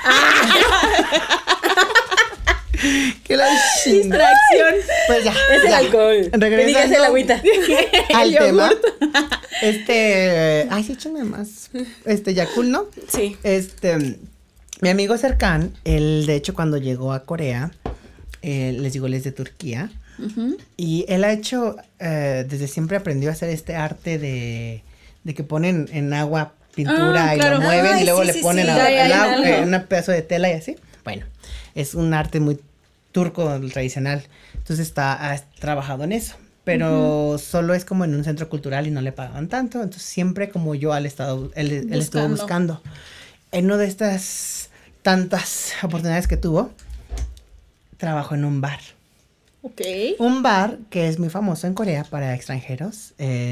Que la chingada. Distracción. Pues ya. Es el alcohol. Regresando Te digas el agüita. al tema. Ay, sí, échame más. Yakult, ¿no? Sí. Mi amigo Serkan, él de hecho cuando llegó a Corea, les digo, él es de Turquía. Uh-huh. Y él ha hecho, desde siempre aprendió a hacer este arte de que ponen en agua pintura y claro. lo mueven Ay, y luego sí, le sí, ponen sí. un pedazo de tela y así. Bueno, es un arte muy turco tradicional. Entonces ha trabajado en eso. Pero solo es como en un centro cultural y no le pagaban tanto. Entonces siempre como yo él estuvo buscando. En una de estas tantas oportunidades que tuvo, trabajó en un bar. Ok. Un bar que es muy famoso en Corea para extranjeros.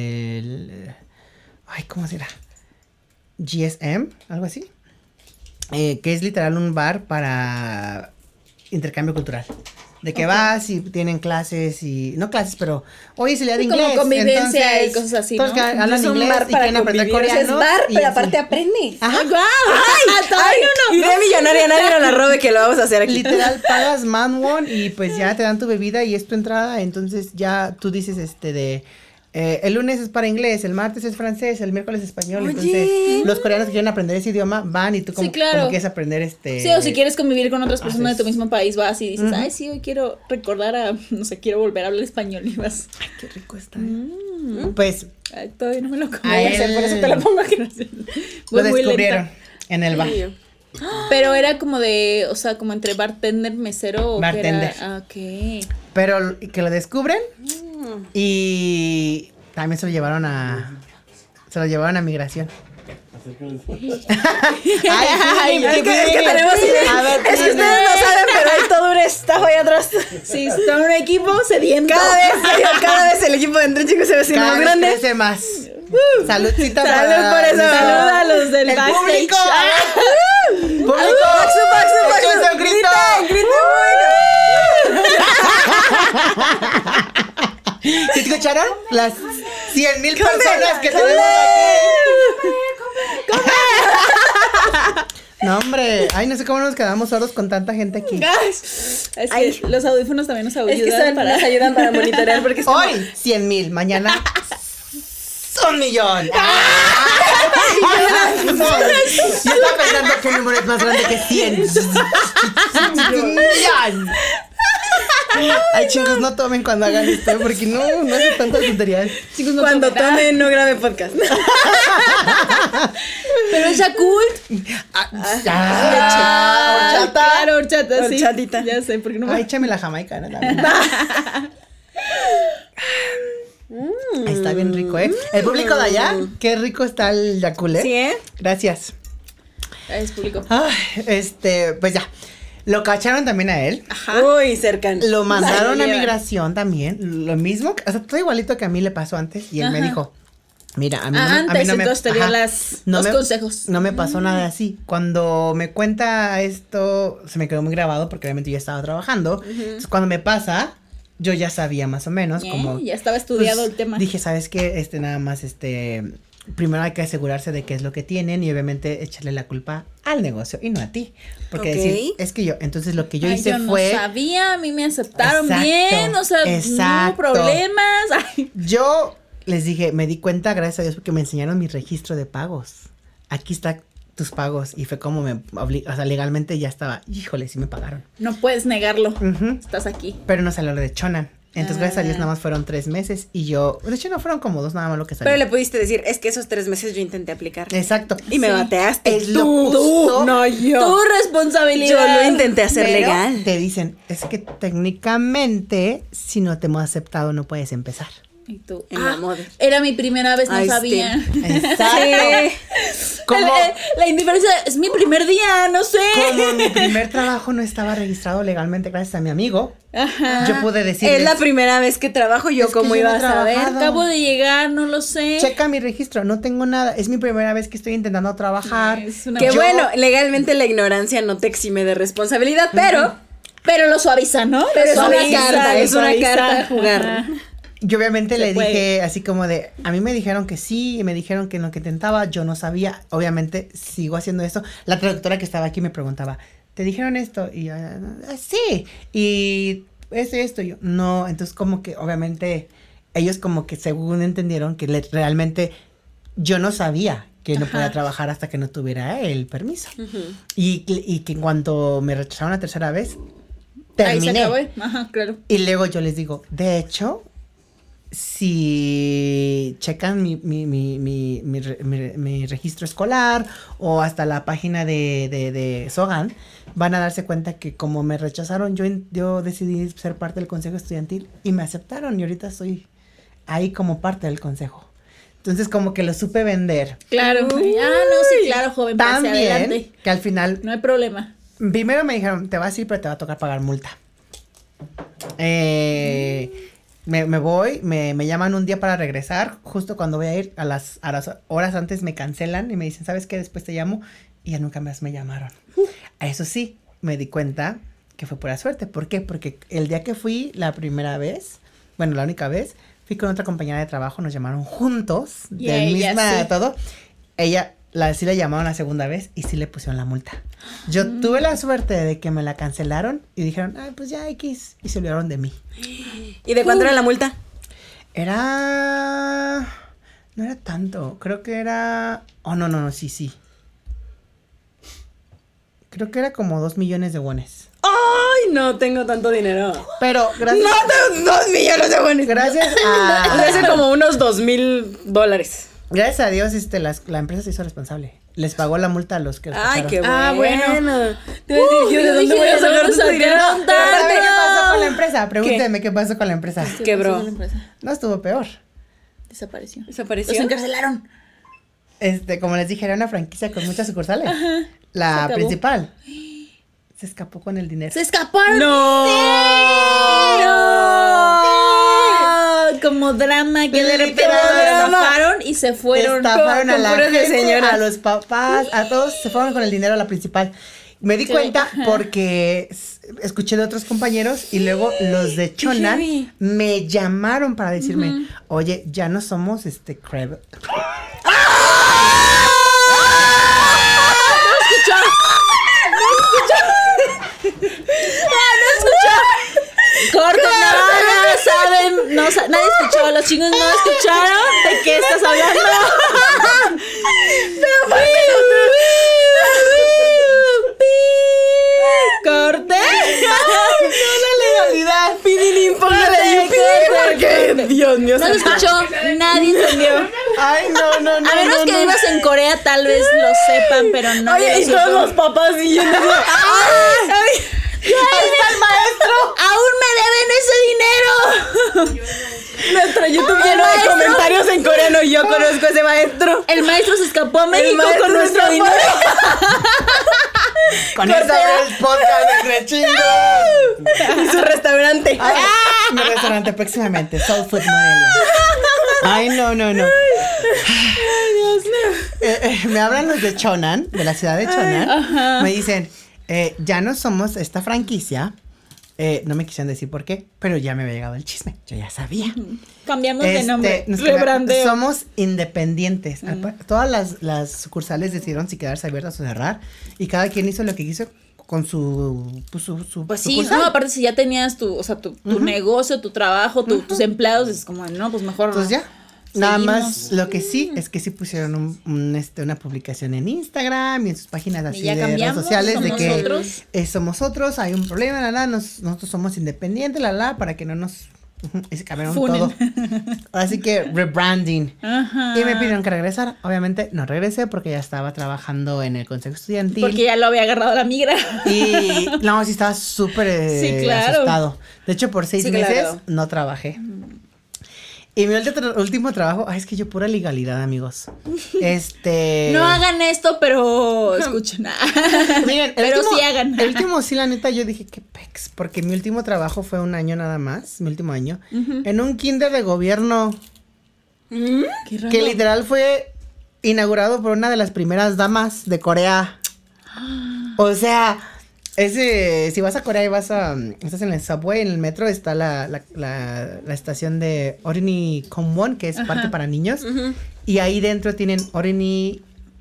¿Cómo será? GSM, algo así. Que es literal un bar para intercambio cultural. De que vas y tienen clases y... No clases, pero... Hoy es el día de Como inglés. convivencia entonces, y cosas así, todos ¿no? que hablan Es un inglés bar y para quieren aprender convivir. coreano. Es bar, y pero así. aparte aprendes. Ajá. ¡Ay! Iré millonaria, nadie nos la robe que lo vamos a hacer aquí. Literal, pagas manwon y pues ya te dan tu bebida y es tu entrada. Entonces ya tú dices el lunes es para inglés, el martes es francés, el miércoles es español. Oye. Entonces los coreanos que quieren aprender ese idioma van y tú como, Sí, claro. como quieres aprender Sí, o si quieres convivir con otras personas haces- de tu mismo país, vas y dices, Ujú. ay, sí, hoy quiero recordar quiero volver a hablar español y vas. Ay, qué rico está. Pues Ay, todavía no me lo como. A Ya sé, él- por eso te la pongo aquí. lo Voy muy descubrieron lenta. en el bar. Pero era como de, o sea, como entre bartender, mesero. ¿o qué era? Bartender. Ok. Pero que lo descubren y también se lo llevaron a migración. Ay, Es que tenemos A ver, es que ustedes no saben, pero hay todo un staff ahí atrás. Sí, son un equipo sediento. Cada vez el equipo de Entre Chicos se ve siendo más cada vez grande. crece más. Saludcita Salud por eso. Saluda a los del el backstage. público. ¡Público! ¡Paxu, ¡Échense un grito! ¡Griten! ¿Sí escucharon? Las 100,000 personas que tenemos aquí. No, hombre. Ay, no sé cómo nos quedamos solos con tanta gente aquí. Es que los audífonos también nos ayudan Es que nos ayudan para monitorear porque es como... Hoy 100,000, mañana 1,000,000. Yo estaba pensando que el número es más grande que 100. 1,000,000. Ay, chicos, no tomen cuando hagan esto, porque no hacen tantas tonterías. Chicos, no Cuando tomen. tomen, no grabe podcast. Pero es Yakult. Horchata. Claro, horchata, sí. Horchatita. Ya sé, porque no Ay, me... échame la jamaicana también. Está bien rico, ¿eh? El público de allá, qué rico está el Yakult, ¿eh? Sí, ¿eh? Gracias. Es público. Ay, pues ya. Lo cacharon también a él. Uy, cercano. Lo mandaron a Ay, migración también. Lo mismo, o sea, todo igualito que a mí le pasó antes. Y él me Ajá. dijo, mira, a mí Antes, no me... entonces te dio ajá, los consejos. No me pasó nada así. Cuando me cuenta esto, se me quedó muy grabado porque obviamente yo estaba trabajando. Entonces, cuando me pasa, yo ya sabía más o menos como... Ya estaba estudiado pues, el tema. Dije, ¿sabes qué? Nada más, primero hay que asegurarse de qué es lo que tienen y obviamente echarle la culpa al negocio y no a ti. Porque Ok. decir, es que entonces lo que yo hice yo fue... no sabía, a mí me aceptaron Exacto, bien, o sea, no exacto. hubo problemas. Ay. Yo les dije, me di cuenta, gracias a Dios, porque me enseñaron mi registro de pagos. Aquí está tus pagos. Y fue como o sea, legalmente ya estaba, híjole, sí me pagaron. No puedes negarlo. Ujú. Estás aquí. Pero no salió lo de Chonan. Entonces, gracias a Dios, nada más fueron 3 meses. Y yo, de hecho, no fueron como 2 nada más lo que salió. Pero le pudiste decir, es que esos 3 meses yo intenté aplicar. Exacto. Y me Sí. bateaste. Es lo justo. No, yo. Tu responsabilidad. Yo lo intenté hacer Pero legal. te dicen, es que técnicamente, si no te hemos aceptado, no puedes empezar. Y tú. En la moda. Era mi primera vez, no Ay, sabía. Exacto. Como, La indiferencia es mi primer día, no sé. como mi primer trabajo no estaba registrado legalmente gracias a mi amigo, Ajá. yo pude decirles, Es la primera vez que trabajo, yo Es que cómo yo iba no a saber. trabajado. Acabo de llegar, no lo sé. checa mi registro, no tengo nada, es mi primera vez que estoy intentando trabajar. Es una- Que Yo- bueno, legalmente la ignorancia no te exime de responsabilidad, Pero lo suaviza, ¿no? Pero Lo es una suaviza, carta, lo es una suaviza. carta a jugar. Ajá. Yo obviamente Se le puede. dije así como de, a mí me dijeron que sí, y me dijeron que en lo que intentaba, yo no sabía, obviamente sigo haciendo esto. La traductora que estaba aquí me preguntaba, ¿te dijeron esto? Y yo, sí, y esto, y yo, no, entonces como que obviamente ellos como que según entendieron que realmente yo no sabía que no Ajá. podía trabajar hasta que no tuviera el permiso. Y que en cuanto me rechazaron la tercera vez, Ahí se terminé. acabó. Ajá, claro. Y luego yo les digo, de hecho, si checan mi registro escolar o hasta la página de Sogan, van a darse cuenta que como me rechazaron, yo decidí ser parte del consejo estudiantil y me aceptaron y ahorita estoy ahí como parte del consejo. Entonces como que lo supe vender Claro. No, sí, claro, joven. tan Pase bien adelante. que al final No hay problema. primero me dijeron, te vas a ir, pero te va a tocar pagar multa. Me voy, me llaman un día para regresar. Justo cuando voy a ir, a las horas antes me cancelan y me dicen, ¿sabes qué? Después te llamo. Y ya nunca más me llamaron. A eso sí, me di cuenta que fue pura suerte. ¿Por qué? Porque el día que fui la primera vez, bueno, la única vez, fui con otra compañera de trabajo, nos llamaron juntos, Y a ella misma sí. todo. Ella, sí la llamaron la segunda vez y sí le pusieron la multa. Yo tuve la suerte de que me la cancelaron y dijeron, ay, pues ya X, y se olvidaron de mí. ¿Y de cuánto era la multa? No era tanto, creo que era, no, sí. Creo que era como 2 millones de wones. ¡Ay, no tengo tanto dinero! Pero gracias, ¡No tengo 2 millones de buenos! gracias O sea, hace a, como unos $2,000. gracias a Dios, la empresa se hizo responsable. Les pagó la multa a los que los ¡Ay, cacharon. qué bueno! Ah, bueno. Te voy a decir, yo, ¿de yo dónde dije, voy a ¿de sacar dónde tanto dinero? sacaron Pero ¿sabe qué pasó tanto? con la empresa? Pregúnteme qué pasó con la empresa. Quebró. La empresa No estuvo peor. Desapareció. ¿Desapareció? Los encarcelaron. Como les dije, era una franquicia con muchas sucursales. se La acabó. principal se escapó con el dinero. Se escaparon. ¡No! ¡No! como drama que de repente Literal. lo estafaron y se fueron. Estafaron a la puras de gente, señoras. a los papás, a todos, se fueron con el dinero a la principal. Me di cuenta porque escuché de otros compañeros y luego los de Chonan heavy. me llamaron para decirme, oye, ya no somos Creb. Corte, no saben, nadie escuchó, los chingos no escucharon de qué estás hablando. Corte. La legalidad. Pidilín, póngale yupi, porque Dios mío. No se escuchó, nadie entendió. Ay, no. A menos que vivas en Corea, tal vez lo sepan, pero no. Oye, y todos los papás siguiendo. ¡Ay! ¡Ahí está el maestro! ¡Aún me deben ese dinero! Nuestro YouTube lleno de maestro. comentarios en coreano y yo conozco a ese maestro. El maestro se escapó a México maestro con se nuestro escapó. dinero. Con eso abre el podcast de Crechingos. Y su restaurante. Ay, mi restaurante próximamente, Soul Food Morelia. Ay, no. Me hablan los de Chonan, de la ciudad de Chonan. Me dicen, ya no somos esta franquicia. No me quisieron decir por qué, pero ya me había llegado el chisme. Yo ya sabía. Cambiamos de nombre. Rebrandeo. Somos independientes. Todas las sucursales decidieron si quedarse abiertas o cerrar. Y cada quien hizo lo que quiso con su Pues sí, sucursal. no, aparte si ya tenías tu negocio, tu trabajo, tus empleados, es como, no, pues mejor. Entonces ya. Nada Seguimos. más, lo que sí es que sí pusieron una publicación en Instagram y en sus páginas así ya de redes cambiamos, sociales de somos que otros. Somos otros, hay un problema, nosotros somos independientes, para que no nos y se cambiaron Funen. todo. Así que rebranding. Ajá. Y me pidieron que regresara. Obviamente no regresé porque ya estaba trabajando en el consejo estudiantil. Porque ya lo había agarrado la migra. Y no, sí estaba súper Sí, claro. asustado. De hecho, por 6 Sí, meses claro. no trabajé. Y mi último trabajo, es que yo pura legalidad, amigos. No hagan esto, pero escuchen. Miren, pero sí hagan. El último, sí, la neta, yo dije, qué pex, porque mi último trabajo fue un año nada más, mi último año, en un kinder de gobierno, Qué raro. que literal fue inaugurado por una de las primeras damas de Corea. O sea, si vas a Corea y estás en el subway, en el metro, está la estación de Orini Komwon, que es parque para niños, y ahí dentro tienen Orini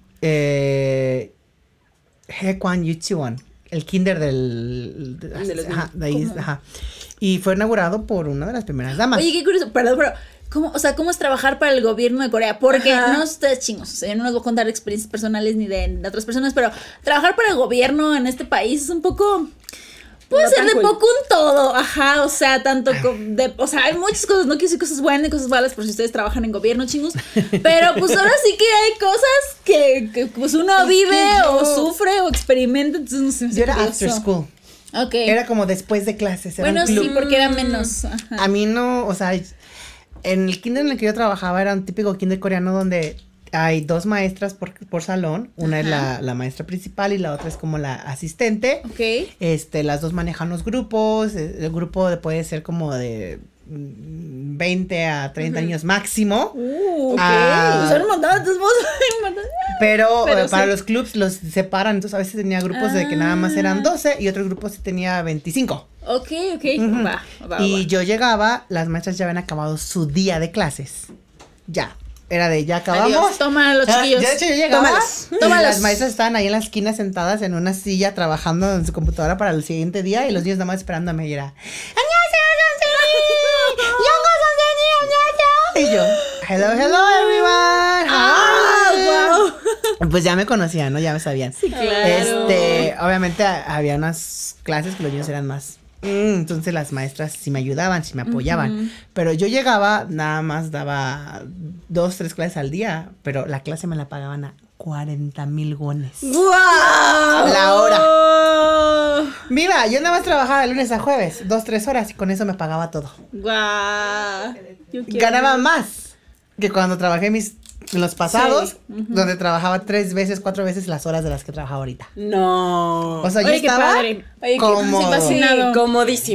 Haekwan Yuchiwon, el kinder de los de ahí, ajá. Y fue inaugurado por una de las primeras damas. Oye, qué curioso, perdón, pero ¿cómo es trabajar para el gobierno de Corea? Porque no ustedes chingos, o sea, yo no les voy a contar experiencias personales ni de otras personas, pero trabajar para el gobierno en este país es un poco, puede No ser tan de cool. poco un todo, ajá, o sea, tanto o sea, hay muchas cosas, no quiero decir cosas buenas y cosas malas por si ustedes trabajan en gobierno, chingos, pero pues ahora sí que hay cosas que pues uno vive o sufre o experimenta, entonces no sé. Yo era after school. Ok. Era como después de clases. Era Bueno, un club. sí, porque era menos. Ajá. A mí no, o sea, en el kinder en el que yo trabajaba era un típico kinder coreano donde hay 2 maestras por salón. Una es la maestra principal y la otra es como la asistente. Ok. Las 2 manejan los grupos. El grupo puede ser como de 20 a 30 niños máximo. Ok. Ah. Pues eran montadas tus voces. Pero para sí. los clubs los separan. Entonces a veces tenía grupos de que nada más eran 12 y otro grupo sí tenía 25. Ok. Va. Y yo llegaba, las maestras ya habían acabado su día de clases. Ya. Era de ya acabamos. Adiós, toma los chiquillos. De hecho, yo llegaba y Tómalos. las maestras estaban ahí en la esquina sentadas en una silla trabajando en su computadora para el siguiente día y los niños nada más esperándome y era y yo, hello everyone. Wow. Pues ya me conocían, ¿no? Ya me sabían. Sí, claro. Obviamente había unas clases que los niños eran más. Entonces las maestras sí me ayudaban, sí me apoyaban. Pero yo llegaba, nada más daba 2, 3 clases al día, pero la clase me la pagaban a 40,000 wones. ¡Guau! La hora. Mira, yo nada más trabajaba de lunes a jueves, 2, 3 horas, y con eso me pagaba todo. Guau. Ganaba más que cuando trabajé en los pasados, donde trabajaba 3 veces, 4 veces las horas de las que trabajo ahorita. No. O sea, yo Oye, qué estaba padre. Oye, qué cómodo. fascinado. Sí, comodísimo.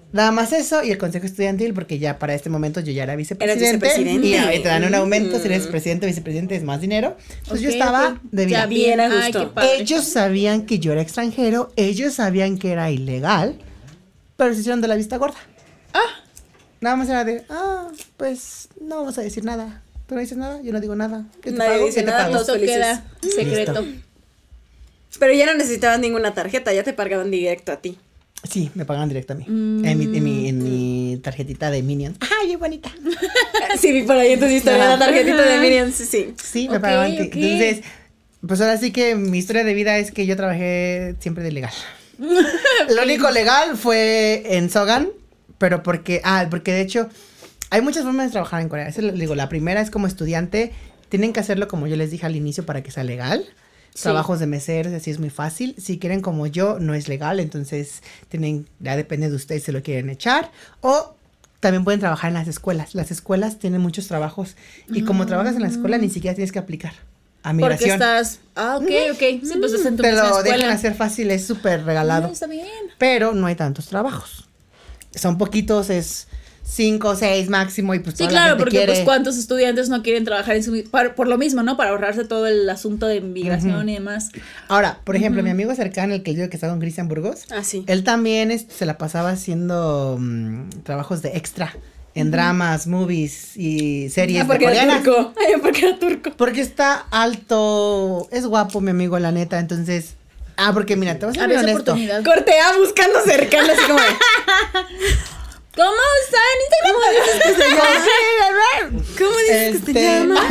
Nada más eso y el consejo estudiantil, porque ya para este momento yo ya era vicepresidente. Eras vicepresidente. Y ahí te dan un aumento, si eres presidente o vicepresidente es más dinero. Entonces yo estaba de Ya bien. bien a Ay, gusto. qué padre. Ellos sabían que yo era extranjero, ellos sabían que era ilegal, pero se hicieron de la vista gorda. Nada más era de, pues no vamos a decir nada. Tú no dices nada, yo no digo nada. Yo te Nadie pago, dice yo te nada, pago. todos Esto felices. queda secreto. Pero ya no necesitabas ninguna tarjeta, ya te pagaban directo a ti. Sí, me pagaban directo a mí. En mi tarjetita de Minions. ¡Ay, qué bonita! Sí, vi por ahí en tu historia la tarjetita de Minions, sí. Sí, me Ok, pagaban. ok. Entonces, pues ahora sí que mi historia de vida es que yo trabajé siempre de legal. Lo único legal fue en Sogan, pero porque de hecho hay muchas formas de trabajar en Corea. Eso les digo, la primera es como estudiante, tienen que hacerlo como yo les dije al inicio para que sea legal. Sí. Trabajos de meseros, así es muy fácil. Si quieren como yo, no es legal, entonces ya depende de ustedes si lo quieren echar. O también pueden trabajar en las escuelas. Las escuelas tienen muchos trabajos y como trabajas en la escuela ni siquiera tienes que aplicar a Porque migración. estás. Ok. Sí, pues estás en tu Te misma lo escuela. dejan hacer fácil, es súper regalado. Está bien. Pero no hay tantos trabajos. Son poquitos, es 5 o 6 máximo y pues Sí, toda la claro, gente porque quiere. pues cuántos estudiantes no quieren trabajar en su por lo mismo, ¿no? Para ahorrarse todo el asunto de migración y demás. Ahora, por ejemplo, mi amigo cercano, el que yo que está con Cristian Burgos, Ah, sí. él también se la pasaba haciendo trabajos de extra en dramas, movies y series de Porque era coreanas. turco. Porque era turco. Porque está alto, es guapo mi amigo, la neta, entonces... porque mira, te voy a ser muy Había esa honesto. oportunidad. Cortea buscando cercano, así como de, ¿Cómo está en Instagram? ¿cómo dices que se Este- llama?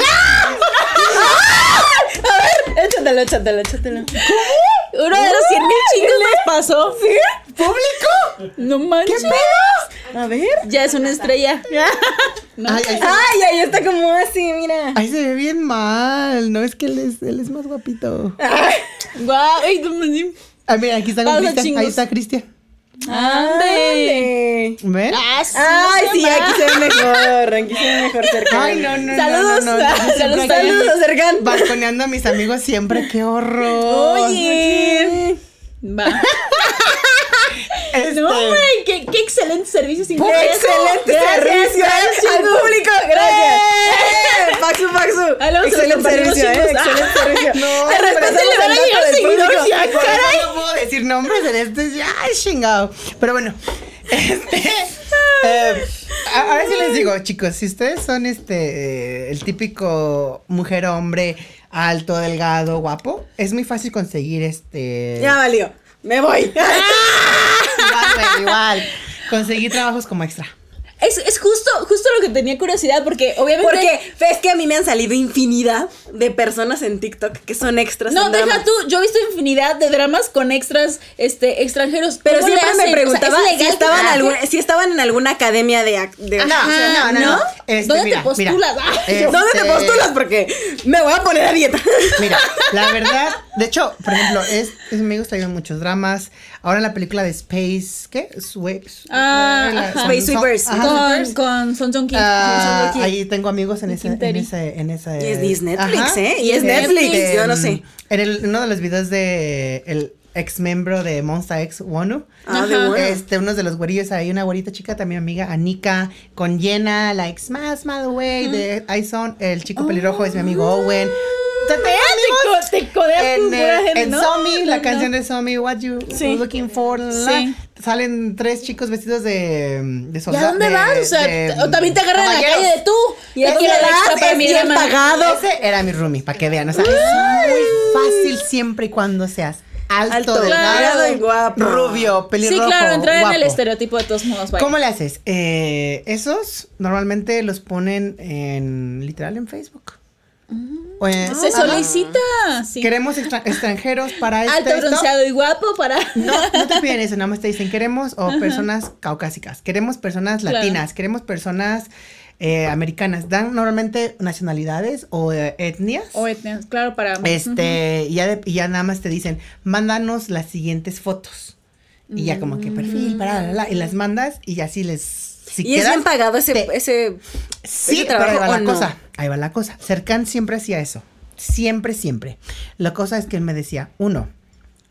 A ver, échatelo. Uno de los 100,000 chingos nos pasó. ¿Sí? ¿Público? No manches. A ver. Ya es una estrella. No. Ay, Ay, ahí está como así, mira. ay, se ve bien mal, no es que él es más guapito. Guau, ay, no manches. Mira, aquí está con Vamos a Cristian, chingos. ahí está Cristian. Ande. ¿Ven? Ay, sí, aquí se ve mejor. Aquí se ve mejor cercano. Ay, no. Saludos. Yo siempre Saludos, aquí Saludos, cercano. balconeando a mis amigos siempre, qué horror. Oye. Va. Este, No, güey, qué excelente servicio sin Excelente servicio al público. Gracias. Paxu. Ahí luego se los Excelente compartimos, servicio, chicos. Excelente servicio. No, Te pero respetamos le van a el dato llegar del seguidores público. ya, por eso caray. no puedo decir nombres en este, ya, chingado. Pero bueno, ahora sí les digo, chicos, si ustedes son el típico mujer-hombre alto, delgado, guapo, es muy fácil conseguir Ya valió. Me voy. igual, conseguir trabajos como extra. Es justo lo que tenía curiosidad, porque obviamente. Porque ves que a mí me han salido infinidad de personas en TikTok que son extras. No, en deja dramas. tú, yo he visto infinidad de dramas con extras extranjeros. Pero ¿Cómo le siempre me hacen? preguntaba O sea, ¿es si legal estaban, que si estaban en alguna academia de Ajá, no. ¿Dónde Mira, te postulas? mira, ¿Dónde te postulas? Porque me voy a poner a dieta. Mira, la verdad, de hecho, por ejemplo, me gusta ir a muchos dramas. Ahora en la película de Space, ¿qué? Ajá. Space Sweepers. Con Son Joong Ki. Ahí tengo amigos en ese. Y es Netflix, Ajá. ¿eh? Y es Netflix, yo no sé. En uno de los videos de el ex miembro de Monsta X, Wonu. Ah, de Ajá. bueno. Unos de los güerillos, hay una güerita chica, también amiga, Anika, con Jenna, like, Smash, Away, de iSon, el chico pelirrojo es mi amigo Owen. Te codeas con pura gente, En ¿no? Zombie, la No. canción de Zombie, What You Sí. Looking For, Sí. salen 3 chicos vestidos de ¿Y soldados. a dónde vas? O sea, o también te agarran en la caballeros. calle de tú. Y aquí aquí le la extra das, para es mi bien drama. pagado. Ese era mi roomie, para que vean. O sea, es muy fácil siempre y cuando seas alto, delgado, delgado y guapo. rubio, Sí, pelirrojo, claro, entrar en el guapo. estereotipo de todos modos. Vaya. ¿Cómo le haces? Esos normalmente los ponen literal en Facebook. Se solicita. Sí. Queremos extranjeros para Alto, esto. bronceado y guapo para. No te piden eso, nada más te dicen queremos personas caucásicas, queremos personas Claro. latinas, queremos personas americanas. Dan normalmente nacionalidades o etnias. O etnias, claro, para. Y ya nada más te dicen, mándanos las siguientes fotos. Y ya como que perfil, y las mandas y así si Y es quedas, bien pagado ese Sí, pero trabajo, ahí va ¿o la no? cosa. Ahí va la cosa. Serkan siempre hacía eso. Siempre. La cosa es que él me decía, 1,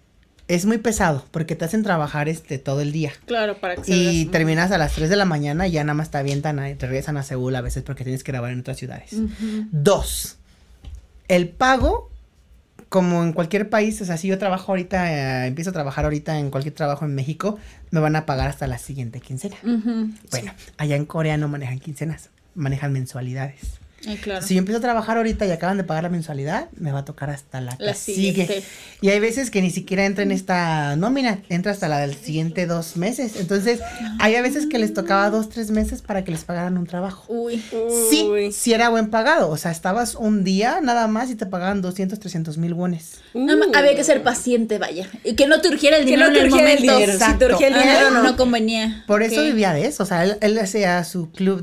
es muy pesado porque te hacen trabajar todo el día. Claro, para que Y terminas a las 3 de la mañana y ya nada más te avientan, te regresan a Seúl a veces porque tienes que grabar en otras ciudades. 2, el pago, como en cualquier país, o sea, si yo trabajo ahorita, empiezo a trabajar ahorita en cualquier trabajo en México, me van a pagar hasta la siguiente quincena. Bueno, allá en Corea no manejan quincenas, manejan mensualidades. claro. Si yo empiezo a trabajar ahorita y acaban de pagar la mensualidad, me va a tocar hasta la que sigue. siguiente. Y hay veces que ni siquiera entra en esta nómina, entra hasta la del siguiente 2 meses. Entonces, hay a veces que les tocaba 2, 3 meses para que les pagaran un trabajo. Uy. Sí era buen pagado. O sea, estabas un día nada más y te pagaban 200, 300 mil wones. Había que ser paciente, vaya. Y que no te urgiera el Que dinero no te en el urgiera el momento. dinero. Si te urgía el dinero, no. No convenía. Por eso Ok. vivía de eso. O sea, él hacía su club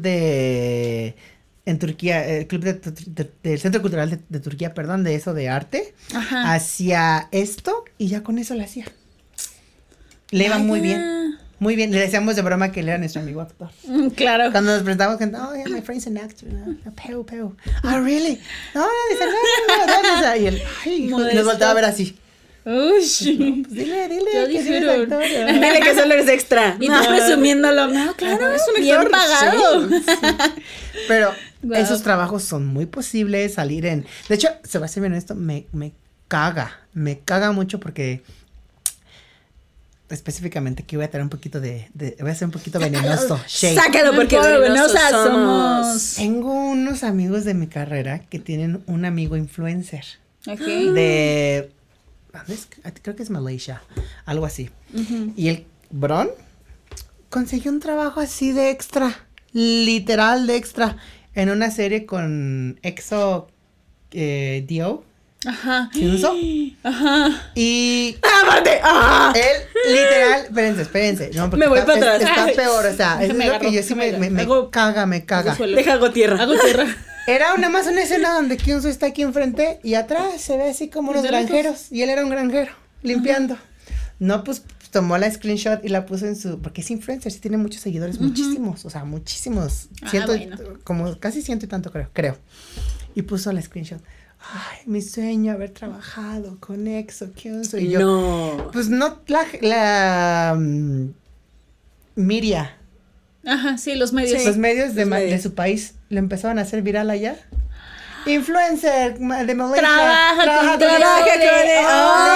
en Turquía, el club del Centro Cultural de Turquía, perdón, de eso de arte. Ajá. Hacía esto y ya con eso lo hacía. Le iba muy Vaya. bien. Muy bien. Le decíamos de broma que él era nuestro amigo actor. Claro. Cuando nos presentamos, cantando, oh, yeah, my friend's an actor. Peu. Oh, really? No, dice, no. Y él, ay, hijo, Modesto. nos volteaba a ver así. Uy. Pues dile Ya que sí eres dijeron. actor. Dile que solo eres extra. Y tú presumiéndolo. No, claro. Es un bien actor, pagado. Pero Guau. esos trabajos son muy posibles, salir en... De hecho, se va a ser bien honesto, me caga mucho porque... Específicamente que voy a tener un poquito voy a ser un poquito venenoso. Shade. Sácalo porque Pobre venenosos venenosas somos. Tengo unos amigos de mi carrera que tienen un amigo influencer Ok. de... Creo que es Malaysia, algo así. Y el Bron consiguió un trabajo así de extra, literal de extra, en una serie con EXO, Dio, Ajá. Hyunso. Ajá. Y ¡Aparte! ¡Ah! él, literal, espérense. No, porque Me voy está, para atrás. está Ay, peor, o sea, es déjame lo agarro, que yo sí déjame me hago- caga. Suelo. Deja hago tierra. Hago tierra. Era nada más una escena donde Kyunso está aquí enfrente y atrás se ve así como unos De lejos. granjeros. Y él era un granjero, limpiando. No, pues tomó la screenshot y la puso en su... Porque es influencer, sí tiene muchos seguidores, muchísimos, o sea, muchísimos. Bueno. Como casi 100 y tanto creo. Y puso la screenshot. Ay, mi sueño haber trabajado con EXO, Kyunso. Y yo, No. pues no, Miria. Ajá, sí, los medios. Sí. Los medios, los medios. de su país lo empezaban a hacer viral allá. Influencer de Malaysia. Trabaja con Trabaja con él.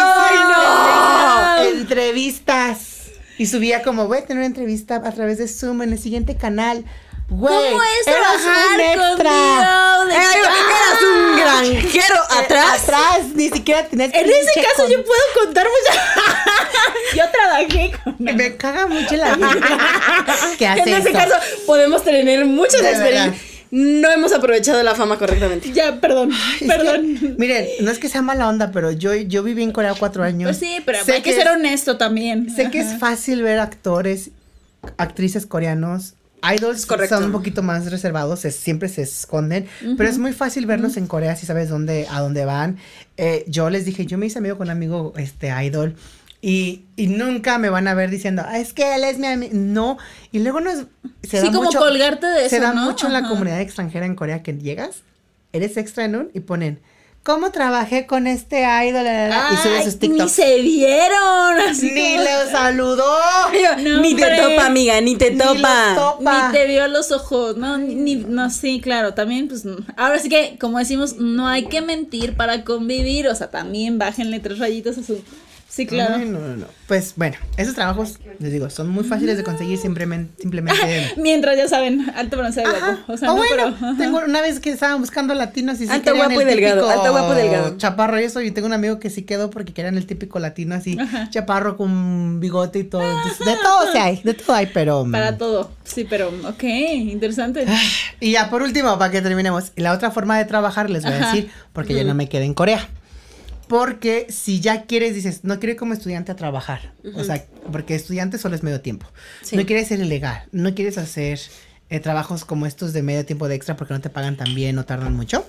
¡Ay, no! Entrevistas. Y subía como, voy a tener una entrevista a través de Zoom en el siguiente canal. Güey, ¿Cómo es eras trabajar un extra. conmigo? Eras un granjero atrás. Atrás, ni siquiera tenías En ese pinche caso yo puedo contar muchas. Yo trabajé con Me caga mucho la gente que hace En ese eso. caso, podemos tener muchas De experiencias. verdad. No hemos aprovechado la fama correctamente. Ya, perdón. Es que, Perdón. miren, no es que sea mala onda, pero yo viví en Corea 4 años. Pues sí, pero Sé hay que ser honesto también. Sé que Ajá. es fácil ver actores, actrices coreanos, idols correcto. son un poquito más reservados, siempre se esconden, pero es muy fácil verlos en Corea si sabes a dónde van. Yo les dije, yo me hice amigo con un amigo idol y nunca me van a ver diciendo, es que él es mi amigo. No, y luego se Sí, da como mucho, colgarte de eso, se da ¿no? mucho en la Ajá. comunidad extranjera en Corea que llegas, eres extra en un y ponen, ¿cómo trabajé con este idol? Y suben sus Ni TikToks. se vieron. Así Ni como- le saludó. No, Ni te hombre. topa, amiga, ni te Ni topa. los topa. Ni te vio a los ojos, no, sí, claro, también, pues, ahora sí que, como decimos, no hay que mentir para convivir, o sea, también bájenle 3 rayitas a su, sí, claro. Ay, no. Pues bueno, esos trabajos, les digo, son muy fáciles de conseguir simplemente. Mientras, ya saben, alto bronceado y Ajá. guapo, o sea, O no, bueno, pero, ajá. tengo una vez que estaban buscando latinos y sí Alto, querían guapo el y delgado, típico alto, guapo y delgado. chaparro y eso, y tengo un amigo que sí quedó porque querían el típico latino así, Ajá. chaparro con bigote y todo. Entonces, de todo hay, pero... Para todo, sí, pero, ok, interesante. Y ya por último, para que terminemos, la otra forma de trabajar les voy a Ajá. decir, porque yo no me quedé en Corea. Porque si ya quieres, dices, no quiero ir como estudiante a trabajar. O sea, porque estudiante solo es medio tiempo. Sí. No quieres ser ilegal. No quieres hacer trabajos como estos de medio tiempo de extra porque no te pagan tan bien o tardan mucho.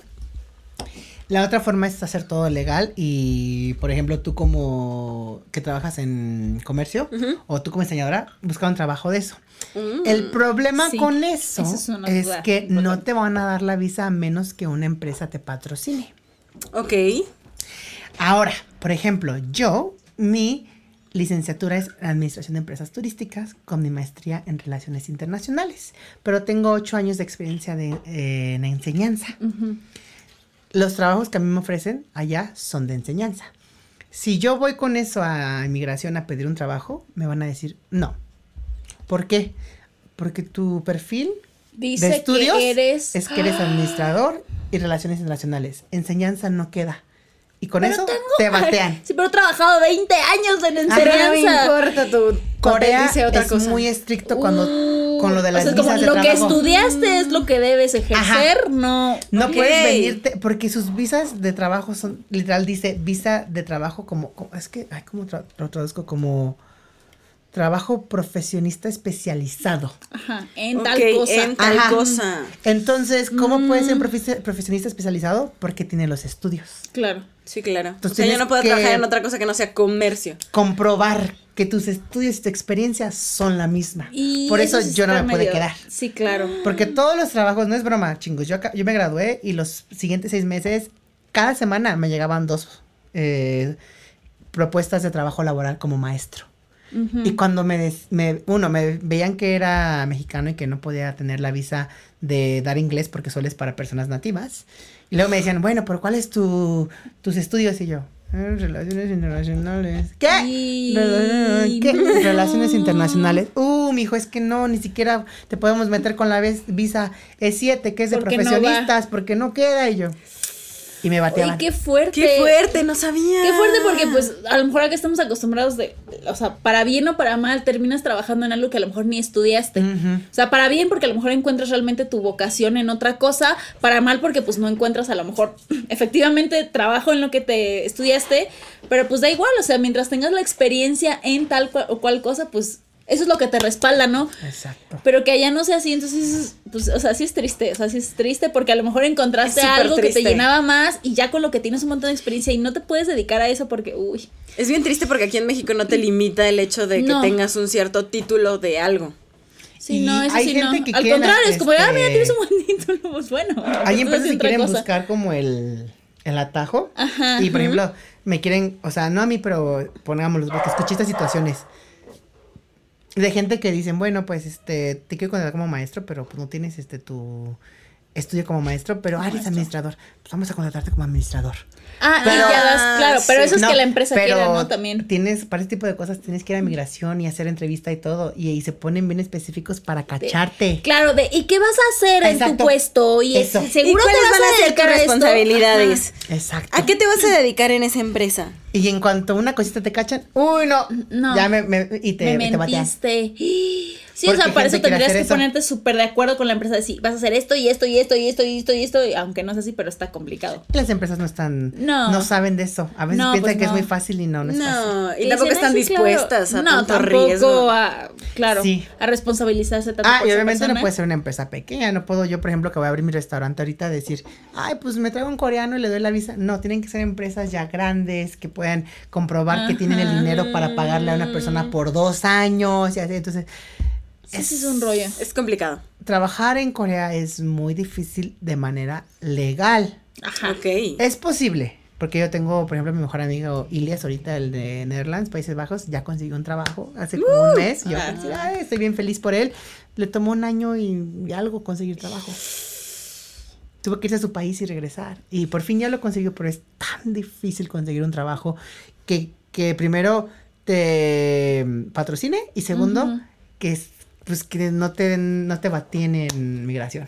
La otra forma es hacer todo legal y, por ejemplo, tú como que trabajas en comercio o tú como diseñadora, buscar un trabajo de eso. El problema Sí, con eso eso es una es duda que no importante. te van a dar la visa a menos que una empresa te patrocine. Ok. Ahora, por ejemplo, mi licenciatura es Administración de Empresas Turísticas con mi maestría en Relaciones Internacionales. Pero tengo 8 años de experiencia en enseñanza. Los trabajos que a mí me ofrecen allá son de enseñanza. Si yo voy con eso a inmigración a pedir un trabajo, me van a decir no. ¿Por qué? Porque tu perfil dice de estudios que eres administrador y relaciones internacionales. Enseñanza no queda. Y con eso te batean. Sí, pero he trabajado 20 años en enseñanza. No me importa tu Corea dice otra es cosa. muy estricto con lo de las o sea, como visas de lo trabajo. que estudiaste es lo que debes ejercer, no. No Ok. puedes venirte, porque sus visas de trabajo son, literal dice visa de trabajo como es que, ¿cómo lo traduzco? Como trabajo profesionista especializado. Ajá, en Ok, tal cosa. en tal Ajá. cosa. Entonces, ¿cómo puede ser un profesionista especializado? Porque tiene los estudios. Claro. Sí, claro. Entonces O sea, yo tienes no puedo que- trabajar en otra cosa que no sea comercio. Comprobar que tus estudios y tu experiencia son la misma. Y Por eso sí yo no está me pude medio- quedar. Sí, claro. Porque todos los trabajos, no es broma, chingos. Yo me gradué y los siguientes 6 meses, cada semana me llegaban 2 propuestas de trabajo laboral como maestro. Y cuando me veían que era mexicano y que no podía tener la visa de dar inglés porque solo es para personas nativas. Y luego me decían, bueno, ¿pero cuál es tus estudios? Y yo, relaciones internacionales. ¿Qué? ¿Qué? Relaciones internacionales. Mijo, es que no, ni siquiera te podemos meter con la visa E7, que es de Porque no profesionistas, porque no queda. Y yo, y me bateaban. Uy, qué fuerte. ¡Qué fuerte! No sabía. Qué fuerte porque pues a lo mejor acá estamos acostumbrados o sea, para bien o para mal terminas trabajando en algo que a lo mejor ni estudiaste. Ujú. O sea, para bien porque a lo mejor encuentras realmente tu vocación en otra cosa, para mal porque pues no encuentras a lo mejor efectivamente trabajo en lo que te estudiaste, pero pues da igual, o sea, mientras tengas la experiencia en tal o cual cosa, pues eso es lo que te respalda, ¿no? Exacto. Pero que allá no sea así, entonces, pues, o sea, sí es triste, porque a lo mejor encontraste Es súper algo que te triste. llenaba más y ya con lo que tienes un montón de experiencia y no te puedes dedicar a eso porque, uy. Es bien triste porque aquí en México no te limita el hecho de que No. tengas un cierto título de algo. Sí, Y no, eso hay sí gente no. que Al quieren, contrario, es como, mira, tienes un buen título, pues bueno. Hay entonces empresas que otra quieren cosa. buscar como el atajo. Ajá, Y por ajá. ejemplo, me quieren, o sea, no a mí, pero pongámoslo, porque escuché estas situaciones. De gente que dicen, bueno, pues te quiero contratar como maestro, pero pues no tienes tu estudio como maestro, pero eres administrador. Pues vamos a contratarte como administrador. Ah, Pero- y ya das, claro, pero sí. eso es No, que la empresa pero quiera, ¿no? También. para este tipo de cosas tienes que ir a migración y hacer entrevista y todo. Y se ponen bien específicos para cacharte. Claro, ¿y qué vas a hacer en tu Exacto. puesto? Y Eso. seguro ¿Y cuáles te vas van a ser dedicar tus a esto? responsabilidades? Exacto. ¿A qué te vas a dedicar en esa empresa? Y en cuanto una cosita te cachan, uy, no. No. Ya y te Me batean. mentiste. Sí, Porque o sea, para gente eso quiere tendrías hacer que eso. ponerte súper de acuerdo con la empresa de sí, vas a hacer esto y esto y esto y esto y esto y esto, y aunque no es así, pero está complicado. Las empresas no están, no saben de eso. A veces No, piensan pues que es no. muy fácil y no es fácil. No, y Que tampoco dicen, están "Ay, sí, claro". dispuestas a no, tanto tampoco riesgo. claro, Sí. a responsabilizarse tanto por Y esa obviamente persona. no puede ser una empresa pequeña. No puedo yo, por ejemplo, que voy a abrir mi restaurante ahorita, decir, ay, pues me traigo un coreano y le doy la visa. No, tienen que ser empresas ya grandes que puedan comprobar que tienen el dinero para pagarle a una persona por 2 años y así. Entonces, Sí, es un rollo. Es complicado. trabajar en Corea es muy difícil de manera legal. Ajá. Ok. Es posible, porque yo tengo, por ejemplo, mi mejor amigo Ilias, ahorita el de Netherlands, Países Bajos, ya consiguió un trabajo hace como un mes. Y yo estoy bien feliz por él. Le tomó 1 año y algo conseguir trabajo. Tuvo que irse a su país y regresar. Y por fin ya lo consiguió, pero es tan difícil conseguir un trabajo que primero te patrocine y segundo, que no te batien en migración.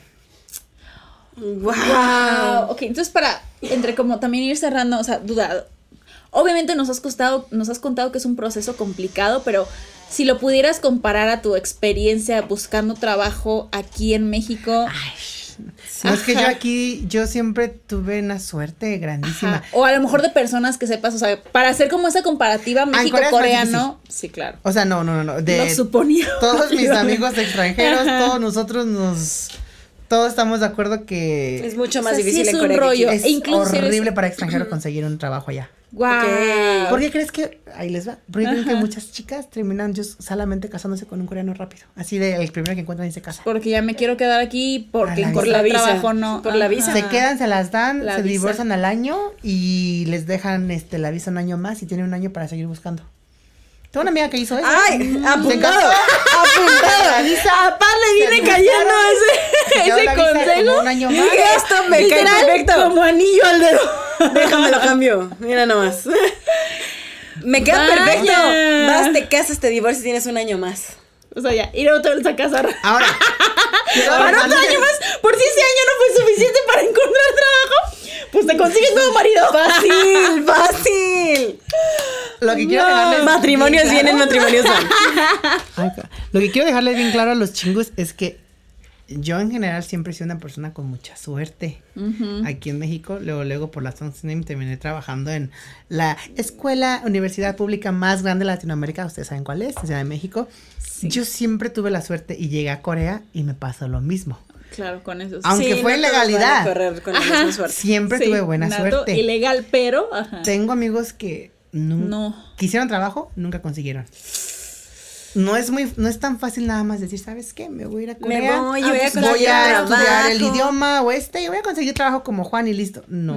Wow. Wow. Ok, entonces entre como también ir cerrando, o sea, duda. Obviamente nos has contado que es un proceso complicado, pero si lo pudieras comparar a tu experiencia buscando trabajo aquí en México. No, es que yo siempre tuve una suerte grandísima. Ajá, o a lo mejor de personas que sepas, o sea, para hacer como esa comparativa Corea es más México-coreano. Sí, claro. O sea, no. Lo suponía. Todos mis amigos extranjeros, todos nosotros todos estamos de acuerdo que Es mucho O más sea, sí difícil es en un Corea que rollo. aquí. es E incluso si horrible eres- para extranjeros conseguir un trabajo allá. Wow. Ok. ¿Por qué crees que, ahí les va, porque creen que muchas chicas terminan solamente casándose con un coreano rápido? Así de el primero que encuentran y se casa. Porque ya me quiero quedar aquí porque A la encontrar visa. trabajo no. Por la Ajá. visa. Se quedan, se las dan, La se visa. divorcian al año y les dejan la visa 1 año más y tienen 1 año para seguir buscando. Tengo una amiga que hizo eso. ¡Ay! Apuntado. La visa. A Paz le viene cayendo ese consejo. Un año más. Dije, esto me cae perfecto. Como anillo al dedo. Déjame lo cambio. Mira nomás. Me queda Vaya. perfecto. Vas, te casas, te divorcias y tienes un año más. O sea, ya, ir otra vez a casar. Ahora. Para otro año más, por si ese año no fue suficiente para encontrar trabajo, pues te consigues nuevo marido. Fácil, fácil. Lo que quiero dejarles Matrimonios bien vienen, claro- matrimonios van. Ay, lo que quiero dejarles bien claro a los chingus es que yo en general siempre he sido una persona con mucha suerte. Aquí en México, luego por la Sunshine terminé trabajando en la escuela, universidad pública más grande de Latinoamérica. Ustedes saben cuál es, Ciudad de México. Sí. Yo siempre tuve la suerte y llegué a Corea y me pasó lo mismo. Claro, con eso. Aunque fue no todos van a ilegalidad. correr con la Ajá. misma suerte. Siempre Sí, tuve buena nato, suerte. Ilegal, pero, ajá. Tengo amigos que No. quisieron trabajo, nunca consiguieron. No es tan fácil nada más decir, ¿sabes qué? Me voy a ir a Corea. voy, voy a conseguir voy a estudiar trabajo. el idioma o y voy a conseguir trabajo como Juan y listo. No.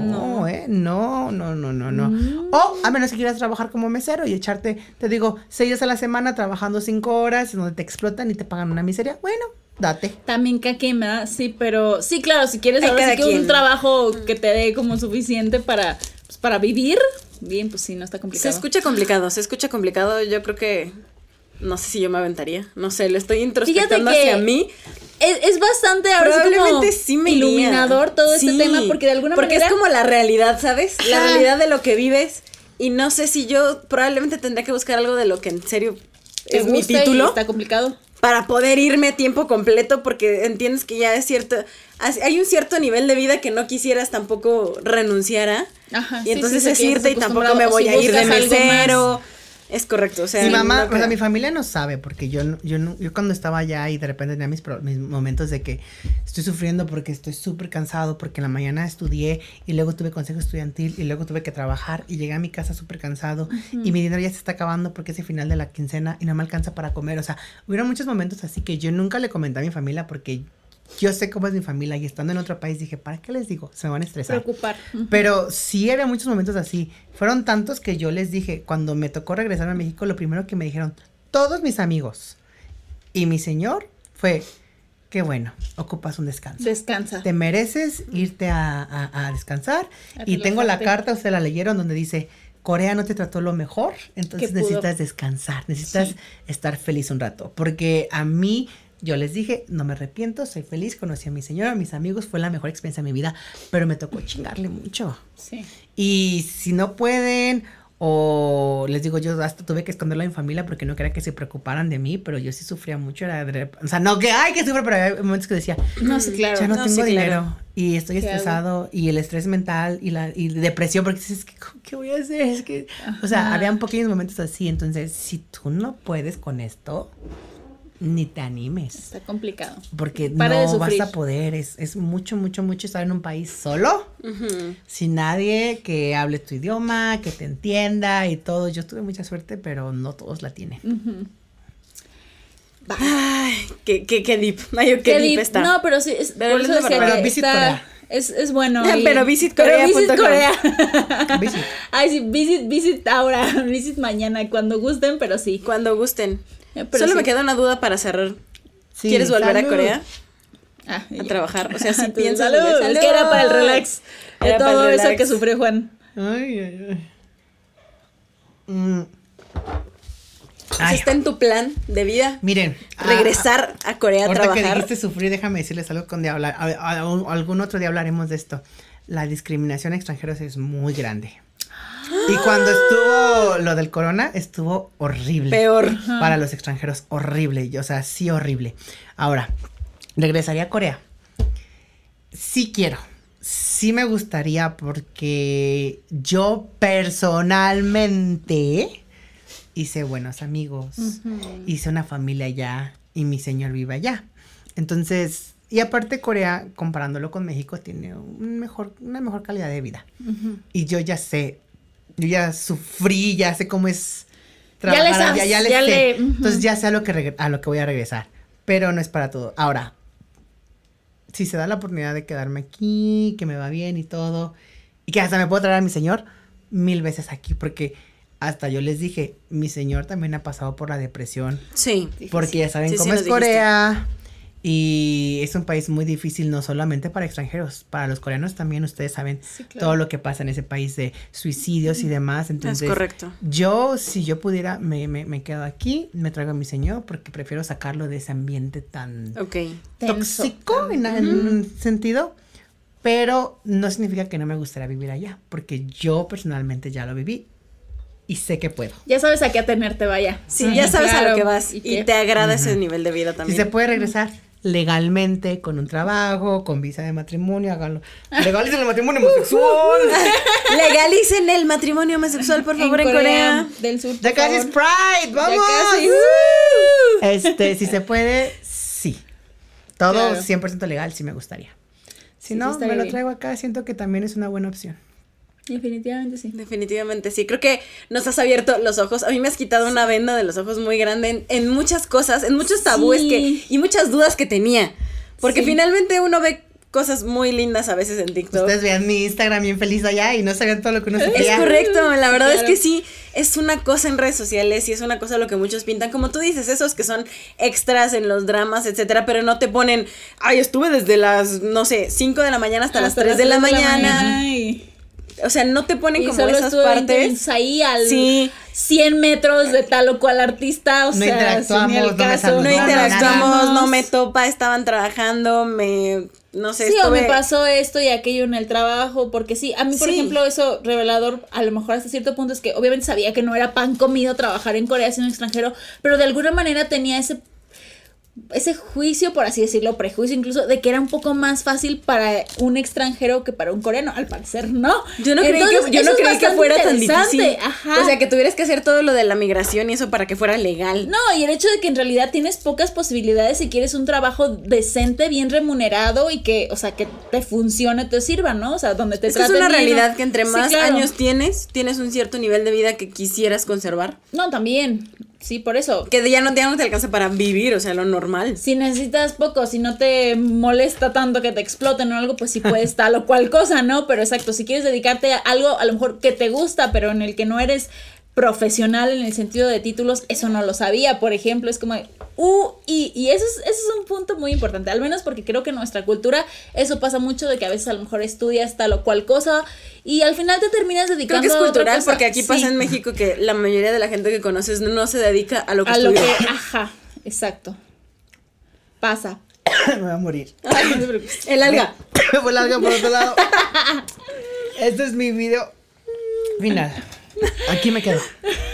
O a menos que quieras trabajar como mesero y echarte, te digo, 6 días a la semana trabajando 5 horas, donde te explotan y te pagan una miseria. Bueno, date. También ¿verdad? Sí, pero sí, claro, si quieres Hay ahora cada sí que quien. un trabajo que te dé como suficiente para vivir, bien, pues sí, no está Se complicado. escucha complicado. Yo creo que no sé si yo me aventaría. No sé, lo estoy introspectando Fíjate que hacia mí. Es bastante ahora sí como Probablemente sí me iría. iluminador todo este Sí, tema, porque de alguna porque manera es como la realidad, ¿sabes? La Ajá. realidad de lo que vives. Y no sé si yo probablemente tendría que buscar algo de lo que en serio te es mi gusta y título. está complicado. Para poder irme a tiempo completo, porque entiendes que ya es cierto, hay un cierto nivel de vida que no quisieras tampoco renunciar a. Ajá, Y entonces sí, es que irte y estás tampoco me acostumbrado, o voy si a ir de buscas algo mesero. Es correcto, o sea. Mi mamá, no o sea, creo. mi familia no sabe, porque yo cuando estaba allá y de repente tenía mis momentos de que estoy sufriendo porque estoy súper cansado, porque en la mañana estudié y luego tuve consejo estudiantil y luego tuve que trabajar y llegué a mi casa súper cansado y mi dinero ya se está acabando porque es el final de la quincena y no me alcanza para comer. O sea, hubieron muchos momentos así que yo nunca le comenté a mi familia porque yo sé cómo es mi familia y estando en otro país dije, ¿para qué les digo? Se me van a estresar. Preocupar. Pero sí había muchos momentos así. Fueron tantos que yo les dije, cuando me tocó regresar a México, lo primero que me dijeron todos mis amigos y mi señor fue, qué bueno, ocupas un descanso. Descansa. Te mereces irte a descansar. A Y tengo la relajarte. carta, ustedes la leyeron, donde dice, Corea no te trató lo mejor, entonces Que pudo. necesitas descansar, necesitas Sí. estar feliz un rato. Porque a mí, yo les dije, no me arrepiento, soy feliz, conocí a mi señora, a mis amigos, fue la mejor experiencia de mi vida, pero me tocó chingarle mucho. Sí. Y si no pueden, o les digo, yo hasta tuve que esconderlo a mi familia porque no quería que se preocuparan de mí, pero yo sí sufría mucho. O sea, no que, ay, que sufro, pero había momentos que decía, No, sí, claro. ya no, No, tengo sí, dinero claro. y estoy ¿Qué estresado y el estrés mental y depresión porque dices, ¿qué voy a hacer? Es que, o sea, Ajá. habían pequeños momentos así, entonces, si tú no puedes con esto, ni te animes. Está complicado. Porque Para de no vas sufrir. a poder, es mucho estar en un país solo, sin nadie que hable tu idioma, que te entienda y todo. Yo tuve mucha suerte, pero no todos la tienen. Ay, qué deep. Ay, qué deep está. No, pero sí, Pero por eso es decía verdad. que Visit está, Corea. es bueno. Pero visit Corea.com. Corea. Visit. Ay, sí, visit ahora, visit mañana, cuando gusten, pero sí. Cuando gusten. Pero Solo sí. me queda una duda para cerrar. Sí, ¿Quieres volver salud. a Corea Ah, a trabajar? O sea, si Entonces, piensas. salud. volver- Es que era para el relax de Era para el todo eso relax. que sufrió Juan. Ay, ay, ay. Si Ay, está en tu plan de vida, miren. regresar a Corea a ahorita que trabajar. dijiste sufrir, déjame decirles algo con de hablar. Algún otro día hablaremos de esto. La discriminación a extranjeros es muy grande. Y cuando estuvo lo del corona, estuvo horrible. Peor. Para los extranjeros, horrible. O sea, sí, horrible. Ahora, regresaría a Corea. Sí quiero. Sí me gustaría porque yo personalmente hice buenos amigos. Hice una familia allá y mi señor vive allá. Entonces, y aparte Corea, comparándolo con México, tiene una mejor calidad de vida. Y yo ya sé, yo ya sufrí, ya sé cómo es trabajar Ya le sabes, allá, ya le ya sé. le- Entonces ya sé a lo que voy a regresar. Pero no es para todo. Ahora, si se da la oportunidad de quedarme aquí, que me va bien y todo, y que hasta me puedo traer a mi señor, 1000 veces aquí, porque hasta yo les dije, mi señor también ha pasado por la depresión. Sí. Porque ya saben Sí, cómo sí, es nos Corea. Y es un país muy difícil, no solamente para extranjeros, para los coreanos también, ustedes saben todo lo que pasa en ese país de suicidios y demás. Entonces, es correcto. Yo, si yo pudiera, me quedo aquí, me traigo a mi señor, porque prefiero sacarlo de ese ambiente tan tóxico en un sentido. Pero no significa que no me gustaría vivir allá, porque yo personalmente ya lo viví y sé que puedo. Ya sabes a qué atenerte, vaya. Sí, ya sabes a lo que vas y te agrada ese nivel de vida también. Si se puede regresar legalmente, con un trabajo, con visa de matrimonio, háganlo. Legalicen el matrimonio homosexual. Legalicen el matrimonio homosexual, por favor, en Corea del Sur. Ya casi es Pride, vamos. Ya casi. Si se puede, sí. Todo 100% legal, sí me gustaría. Si no, me lo traigo acá, siento que también es una buena opción. Definitivamente sí. Definitivamente sí. Creo que nos has abierto los ojos. A mí me has quitado una venda de los ojos muy grande en muchas cosas, en muchos tabúes y muchas dudas que tenía. Porque finalmente uno ve cosas muy lindas a veces en TikTok. Ustedes vean mi Instagram bien feliz allá y no sabían todo lo que uno se Es correcto, la verdad es que sí, es una cosa en redes sociales y es una cosa lo que muchos pintan, como tú dices, esos que son extras en los dramas, etcétera, pero no te ponen, ay, estuve desde las, no sé, 5 de la mañana hasta las 3 de la mañana. O sea, no te ponen como esas partes. Ahí al 100 metros de tal o cual artista, o no sea, interactuamos, no interactuamos, no me topa, estaban trabajando, no sé, o me pasó esto y aquello en el trabajo, porque sí, a mí, por ejemplo, eso revelador, a lo mejor hasta cierto punto, es que obviamente sabía que no era pan comido trabajar en Corea siendo extranjero, pero de alguna manera tenía ese juicio, por así decirlo, prejuicio incluso, de que era un poco más fácil para un extranjero que para un coreano. Al parecer no. Yo no creí que fuera tan difícil. Ajá. O sea, que tuvieras que hacer todo lo de la migración y eso para que fuera legal. No, y el hecho de que en realidad tienes pocas posibilidades si quieres un trabajo decente, bien remunerado y que, o sea, que te funcione, te sirva, ¿no? O sea, donde te traten bien. Es una realidad que entre más años tienes un cierto nivel de vida que quisieras conservar. No, también. Sí, por eso. Que ya no te alcanza para vivir, o sea, lo normal. Si necesitas poco, si no te molesta tanto que te exploten o algo, pues sí puedes tal o cual cosa, ¿no? Pero exacto, si quieres dedicarte a algo a lo mejor que te gusta, pero en el que no eres profesional en el sentido de títulos, eso no lo sabía, por ejemplo, es como y eso es un punto muy importante, al menos porque creo que en nuestra cultura eso pasa mucho, de que a veces a lo mejor estudias tal o cual cosa y al final te terminas dedicando creo que es a cultural, otra cosa. Porque aquí pasa en México que la mayoría de la gente que conoces no se dedica a lo que estudia. Ajá, exacto. Pasa. Me voy a morir. Ay, no te preocupes. El alga. Fue el alga por otro lado. Este es mi video final. Aquí me quedo.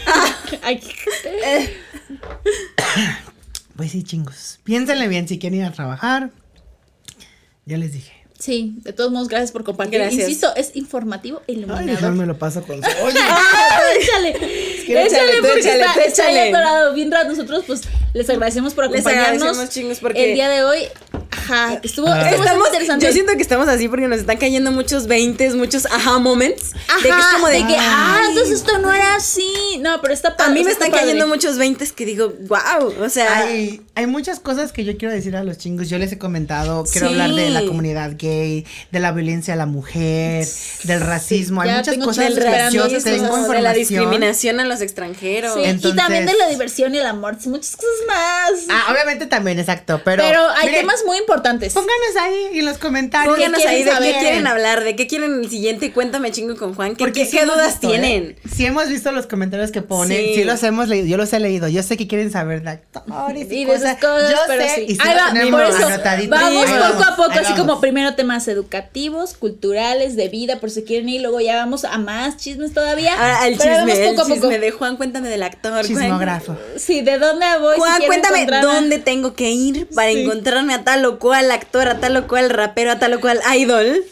Pues sí, chingos. Piénsenle bien si quieren ir a trabajar. Ya les dije. Sí, de todos modos, gracias por compartir. Gracias. Insisto, es informativo e iluminador. Ay, déjame lo paso con... Oye. Échale porque está ahí atorado bien rato. Nosotros, pues, les agradecemos por acompañarnos. Les agradecemos, chingos, porque el día de hoy, estuvo interesante. Yo siento que estamos así porque nos están cayendo muchos 20s, muchos aha moments. Ajá, de que es como de que, entonces esto no era así. No, pero está padre. A mí me están cayendo muchos 20s que digo, wow, o sea. Hay muchas cosas que yo quiero decir a los chingos. Yo les he comentado, quiero hablar de la comunidad gay, de la violencia a la mujer, del racismo. Hay muchas cosas que yo tengo información. De la discriminación a los extranjeros. Sí, entonces, y también de la diversión y el amor, muchas cosas más. Obviamente también, exacto, pero hay temas muy importantes. Pónganos ahí en los comentarios. Pónganos ahí de qué quieren hablar, de qué quieren el siguiente Cuéntame Chingo con Juan. ¿Qué dudas tienen? Sí hemos visto los comentarios que ponen, sí los hemos leído, yo los he leído, yo sé que quieren saber de actores y de esas cosas, yo pero sé, sí. y Ahí va, por eso, vamos poco a poco, así vamos. como primero temas educativos, culturales, de vida, por si quieren ir, luego ya vamos a más chismes todavía. Ahora el chisme de Juan, cuéntame del actor. Chismógrafo. Sí, ¿de dónde voy? Juan, cuéntame dónde tengo que ir para encontrarme a tal o cual actor, a tal o cual rapero, a tal o cual idol.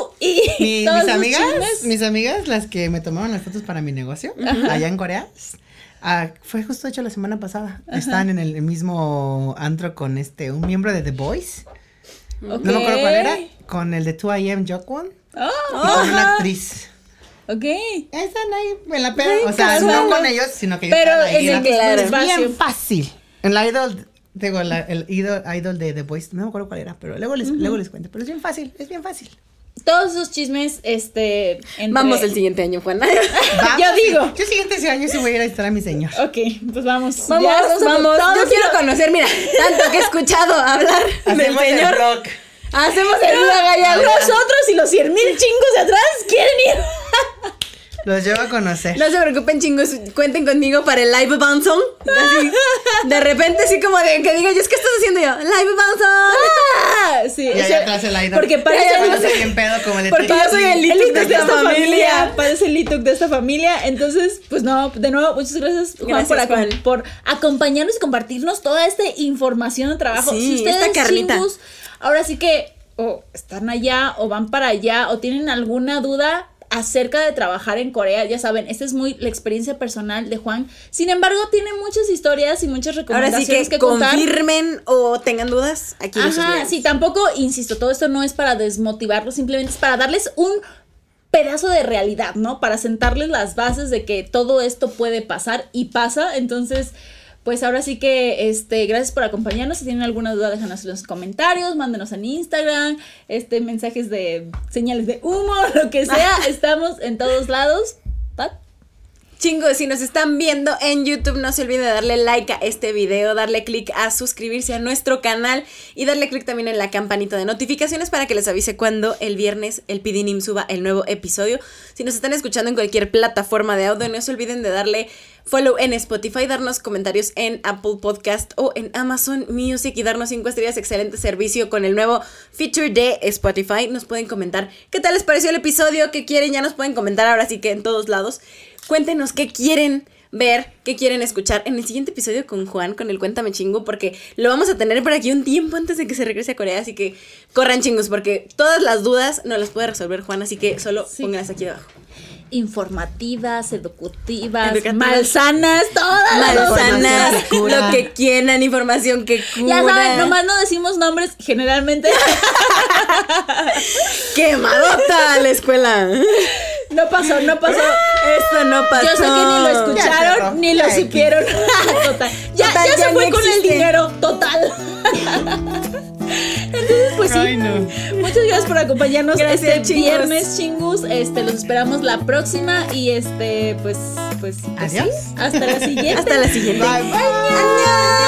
Mis amigas, las que me tomaron las fotos para mi negocio, allá en Corea, fue justo hecho la semana pasada. Estaban en el mismo antro con un miembro de The Voice. No me acuerdo cuál era, con el de 2AM Jokwon. Y con una actriz. Ok. Están ahí en la peda. O sea, no con ellos, sino que ellos están ahí. Es bien fácil. En la idol, el idol de The Voice, no me acuerdo cuál era, pero luego les cuento. Pero es bien fácil, todos esos chismes, Vamos el siguiente año, Juana. Yo digo. Yo siguiente año sí voy a ir a visitar a mi señor. Ok, pues vamos. Vamos. Yo quiero conocer, mira, tanto que he escuchado hablar del señor. Hacemos el Ruda Gallardo. Nosotros y los 100,000 chingos de atrás quieren ir. Los llevo a conocer. No se preocupen, chingos, cuenten conmigo para el live bounson. Así, de repente, así como de que diga yo, ¿qué estás haciendo yo? Live bounson. Sí, Y allá atrás el aire. porque parece bien pedo como el porque yo soy el lituk de esta familia. Parece el lituk de esta familia. Entonces, pues no, de nuevo, muchas gracias, Juan, por acompañarnos y compartirnos toda esta información de trabajo. Sí, si ustedes, esta carnita, chingos, ahora sí que o están allá o van para allá o tienen alguna duda acerca de trabajar en Corea, ya saben, esta es muy la experiencia personal de Juan. Sin embargo, tiene muchas historias y muchas recomendaciones ahora sí que contar. Confirmen o tengan dudas aquí. Ajá, sí, tampoco, insisto, todo esto no es para desmotivarlos, simplemente es para darles un pedazo de realidad, ¿no? Para sentarles las bases de que todo esto puede pasar y pasa. Entonces, pues ahora sí que, gracias por acompañarnos. Si tienen alguna duda, déjanos en los comentarios, mándenos en Instagram, mensajes de señales de humo, lo que sea. Estamos en todos lados. ¿Pat? Chingos, si nos están viendo en YouTube, no se olviden de darle like a este video, darle click a suscribirse a nuestro canal y darle click también en la campanita de notificaciones para que les avise cuando el viernes el PDNIM suba el nuevo episodio. Si nos están escuchando en cualquier plataforma de audio, no se olviden de darle follow en Spotify, darnos comentarios en Apple Podcast o en Amazon Music y darnos 5 estrellas. Excelente servicio con el nuevo feature de Spotify. Nos pueden comentar qué tal les pareció el episodio, qué quieren, ya nos pueden comentar ahora sí que en todos lados. Cuéntenos qué quieren ver, qué quieren escuchar en el siguiente episodio con Juan, con el Cuéntame Chingo, porque lo vamos a tener por aquí un tiempo antes de que se regrese a Corea, así que corran, chingos, porque todas las dudas nos las puede resolver Juan, así que solo pónganlas aquí abajo. Informativas, educativas, malsanas, todas malsanas, lo que quieran, información que cura. Ya saben, nomás no decimos nombres generalmente. ¡Quemadota la escuela! No pasó. Esto no pasó. Yo sé que ni lo escucharon, ni lo supieron. Total. Ya se fue con el dinero, total. Entonces, pues sí. Ay, no. Muchas gracias por acompañarnos. Gracias, chingos. Viernes, chingus. Los esperamos la próxima. Y pues adiós. sí. Hasta la siguiente. Hasta la siguiente. Bye, bye. ¡Añón!